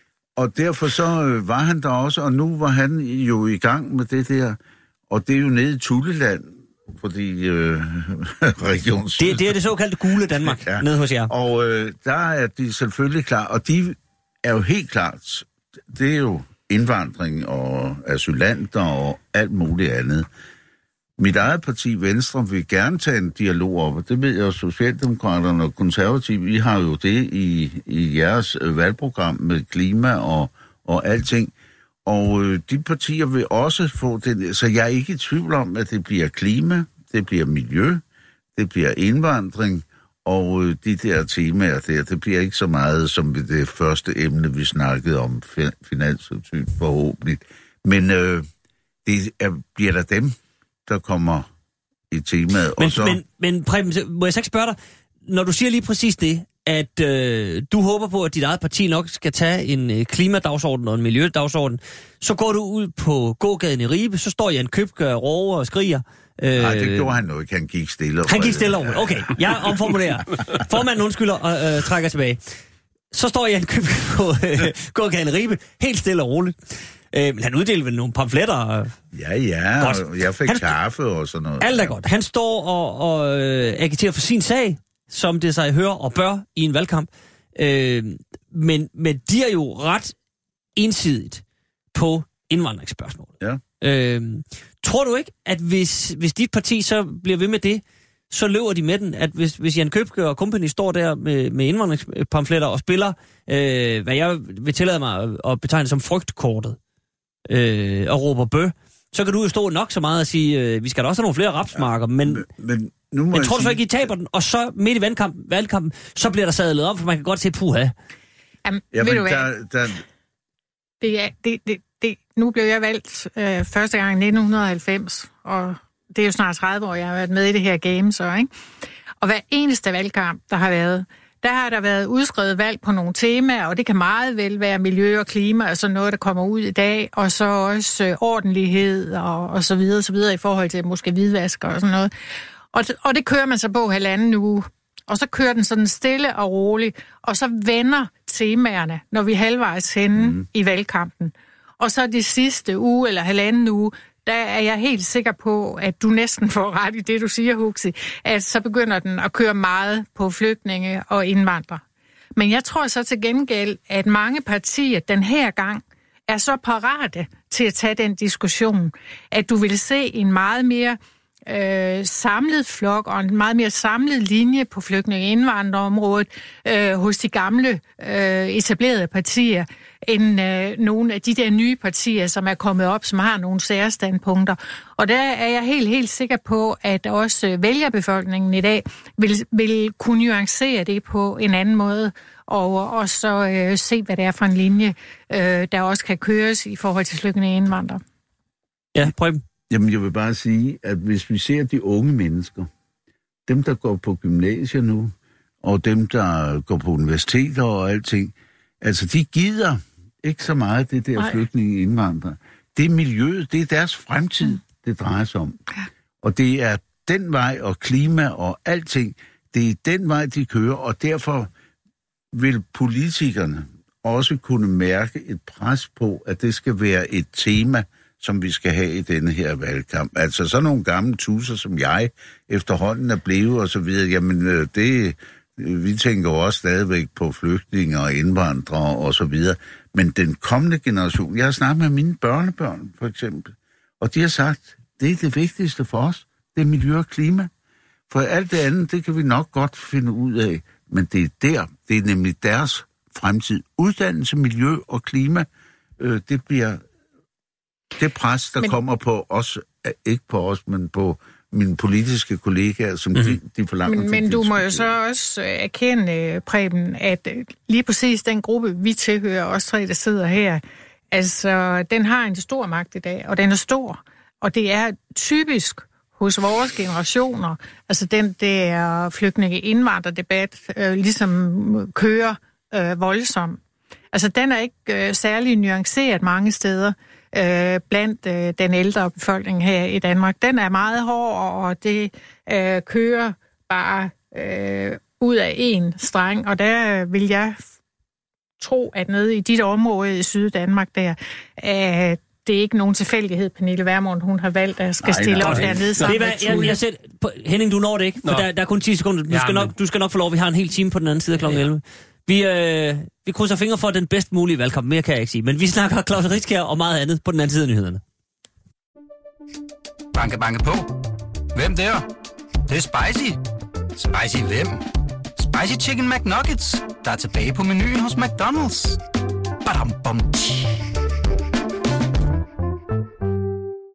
og derfor så øh, var han der også, og nu var han jo i gang med det der, og det er jo nede i Tulleland, fordi øh, regions... Det, det er det såkaldte gule Danmark, ja. Nede hos jer. Og øh, der er de selvfølgelig klar, og de er jo helt klart, det er jo indvandring og asylanter og alt muligt andet. Mit eget parti, Venstre, vil gerne tage en dialog op, og det ved jeg, Socialdemokraterne og Konservative, I har jo det i, i jeres valgprogram med klima og, og alting. Og øh, de partier vil også få det, så jeg er ikke i tvivl om, at det bliver klima, det bliver miljø, det bliver indvandring, og øh, de der temaer der, det bliver ikke så meget som det første emne, vi snakkede om, finanstilsyn forhåbentlig. Men øh, det er, bliver der dem, der kommer i temaet. Men, og så... men, men Preben, må jeg så ikke spørge dig, når du siger lige præcis det, at øh, du håber på, at dit eget parti nok skal tage en øh, klimadagsorden og en miljødagsorden, så går du ud på gågaden i Ribe, så står Jan Købke og råber og skriger. Øh, Nej, det gjorde han jo ikke. Han gik stille over. Han gik stille over. Okay, jeg omformulerer. Formanden undskylder og øh, trækker tilbage. Så står Jan Købke på øh, gågaden i Ribe, helt stille og roligt. Øh, men han uddelte vel nogle pamfletter. Ja, ja, godt. Og jeg fik han, kaffe og sådan noget. Alt er godt. Han står og, og øh, agiterer for sin sag, som det sig hører og bør i en valgkamp. Øh, men, men de er jo ret ensidigt på indvandringsspørgsmålet. Ja. Øh, tror du ikke, at hvis, hvis dit parti så bliver ved med det, så løber de med den, at hvis, hvis Jan Købke og company står der med, med indvandringspamfletter og spiller, øh, hvad jeg vil tillade mig at betegne som frygtkortet, øh, og råber bø, så kan du jo stå nok så meget og sige, øh, vi skal da også have nogle flere rapsmarker, men, men, men, nu må men tror du så sige... ikke, I taber den, og så midt i valgkampen, valgkampen så bliver der sadlet op, for man kan godt se, puha. Jamen, ja, ved men du hvad? der, der... Det er, det, det, det, nu blev jeg valgt øh, første gang i nitten halvfems, og det er jo snart tredive år, jeg har været med i det her game, så, ikke? Og hver eneste valgkamp, der har været, der har der været udskrevet valg på nogle temaer, og det kan meget vel være miljø og klima, og sådan noget, der kommer ud i dag, og så også øh, ordentlighed og, og så videre, så videre i forhold til måske hvidvasker og sådan noget. Og, og det kører man så på halvanden uge, og så kører den sådan stille og roligt, og så vender temaerne, når vi er halvvejs henne mm. i valgkampen. Og så de sidste uge eller halvanden uge, der er jeg helt sikker på, at du næsten får ret i det, du siger, Huxi, at så begynder den at køre meget på flygtninge og indvandrere. Men jeg tror så til gengæld, at mange partier den her gang er så parate til at tage den diskussion, at du vil se en meget mere øh, samlet flok og en meget mere samlet linje på flygtninge- og indvandrerområdet øh, hos de gamle øh, etablerede partier, end øh, nogle af de der nye partier, som er kommet op, som har nogle særstandpunkter. Og der er jeg helt, helt sikker på, at også vælgerbefolkningen i dag vil, vil kunne nuancere det på en anden måde, og, og så øh, se, hvad det er for en linje, øh, der også kan køres i forhold til flygtninge og indvandrere. Ja, Preben. Jamen, jeg vil bare sige, at hvis vi ser de unge mennesker, dem, der går på gymnasier nu, og dem, der går på universiteter og alting, altså, de gider ikke så meget det der flygtninge indvandrere. Det er miljøet, det er deres fremtid, mm. det drejer sig om. Ja. Og det er den vej, og klima og alting, det er den vej, de kører, og derfor vil politikerne også kunne mærke et pres på, at det skal være et tema, som vi skal have i denne her valgkamp. Altså sådan nogle gamle tusser, som jeg efterhånden er blevet, og så videre, jamen det, vi tænker også stadigvæk på flygtninge og indvandrere og så videre. Men den kommende generation, jeg har snakket med mine børnebørn for eksempel, og de har sagt, det er det vigtigste for os, det er miljø og klima. For alt det andet, det kan vi nok godt finde ud af, men det er der, det er nemlig deres fremtid. Uddannelse, miljø og klima, øh, det bliver det pres, der men, kommer på os, ikke på os, men på mine politiske kollegaer, som mm-hmm. de, de forlanger. Men, men du må jo så også erkende, Preben, at lige præcis den gruppe, vi tilhører, os tre, der sidder her, altså, den har en stor magt i dag, og den er stor. Og det er typisk hos vores generationer, altså den der flygtninge-indvandrerdebat, øh, ligesom kører øh, voldsomt. Altså, den er ikke øh, særlig nuanceret mange steder øh, blandt øh, den ældre befolkning her i Danmark. Den er meget hård, og det øh, kører bare øh, ud af en streng. Og der vil jeg tro, at nede i dit område i Syddanmark der, at det er ikke nogen tilfældighed, Pernille Vermund, hun har valgt at skal stille nej, op dernede sammen med jeg, jeg selv, Henning, du når det ikke, for der, der er kun ti sekunder. Du, ja, skal nok, men... du skal nok få lov, vi har en hel time på den anden side af klokken elleve. Vi, øh, vi krydser fingre for den bedst mulige valgkamp, mere kan jeg ikke sige. Men vi snakker Claus Riskær og meget andet på den anden side af nyhederne. Banke, banke på. Hvem der? Det, det er spicy. Spicy hvem? Spicy Chicken McNuggets, der er tilbage på menuen hos McDonald's. Badum, bom, tji.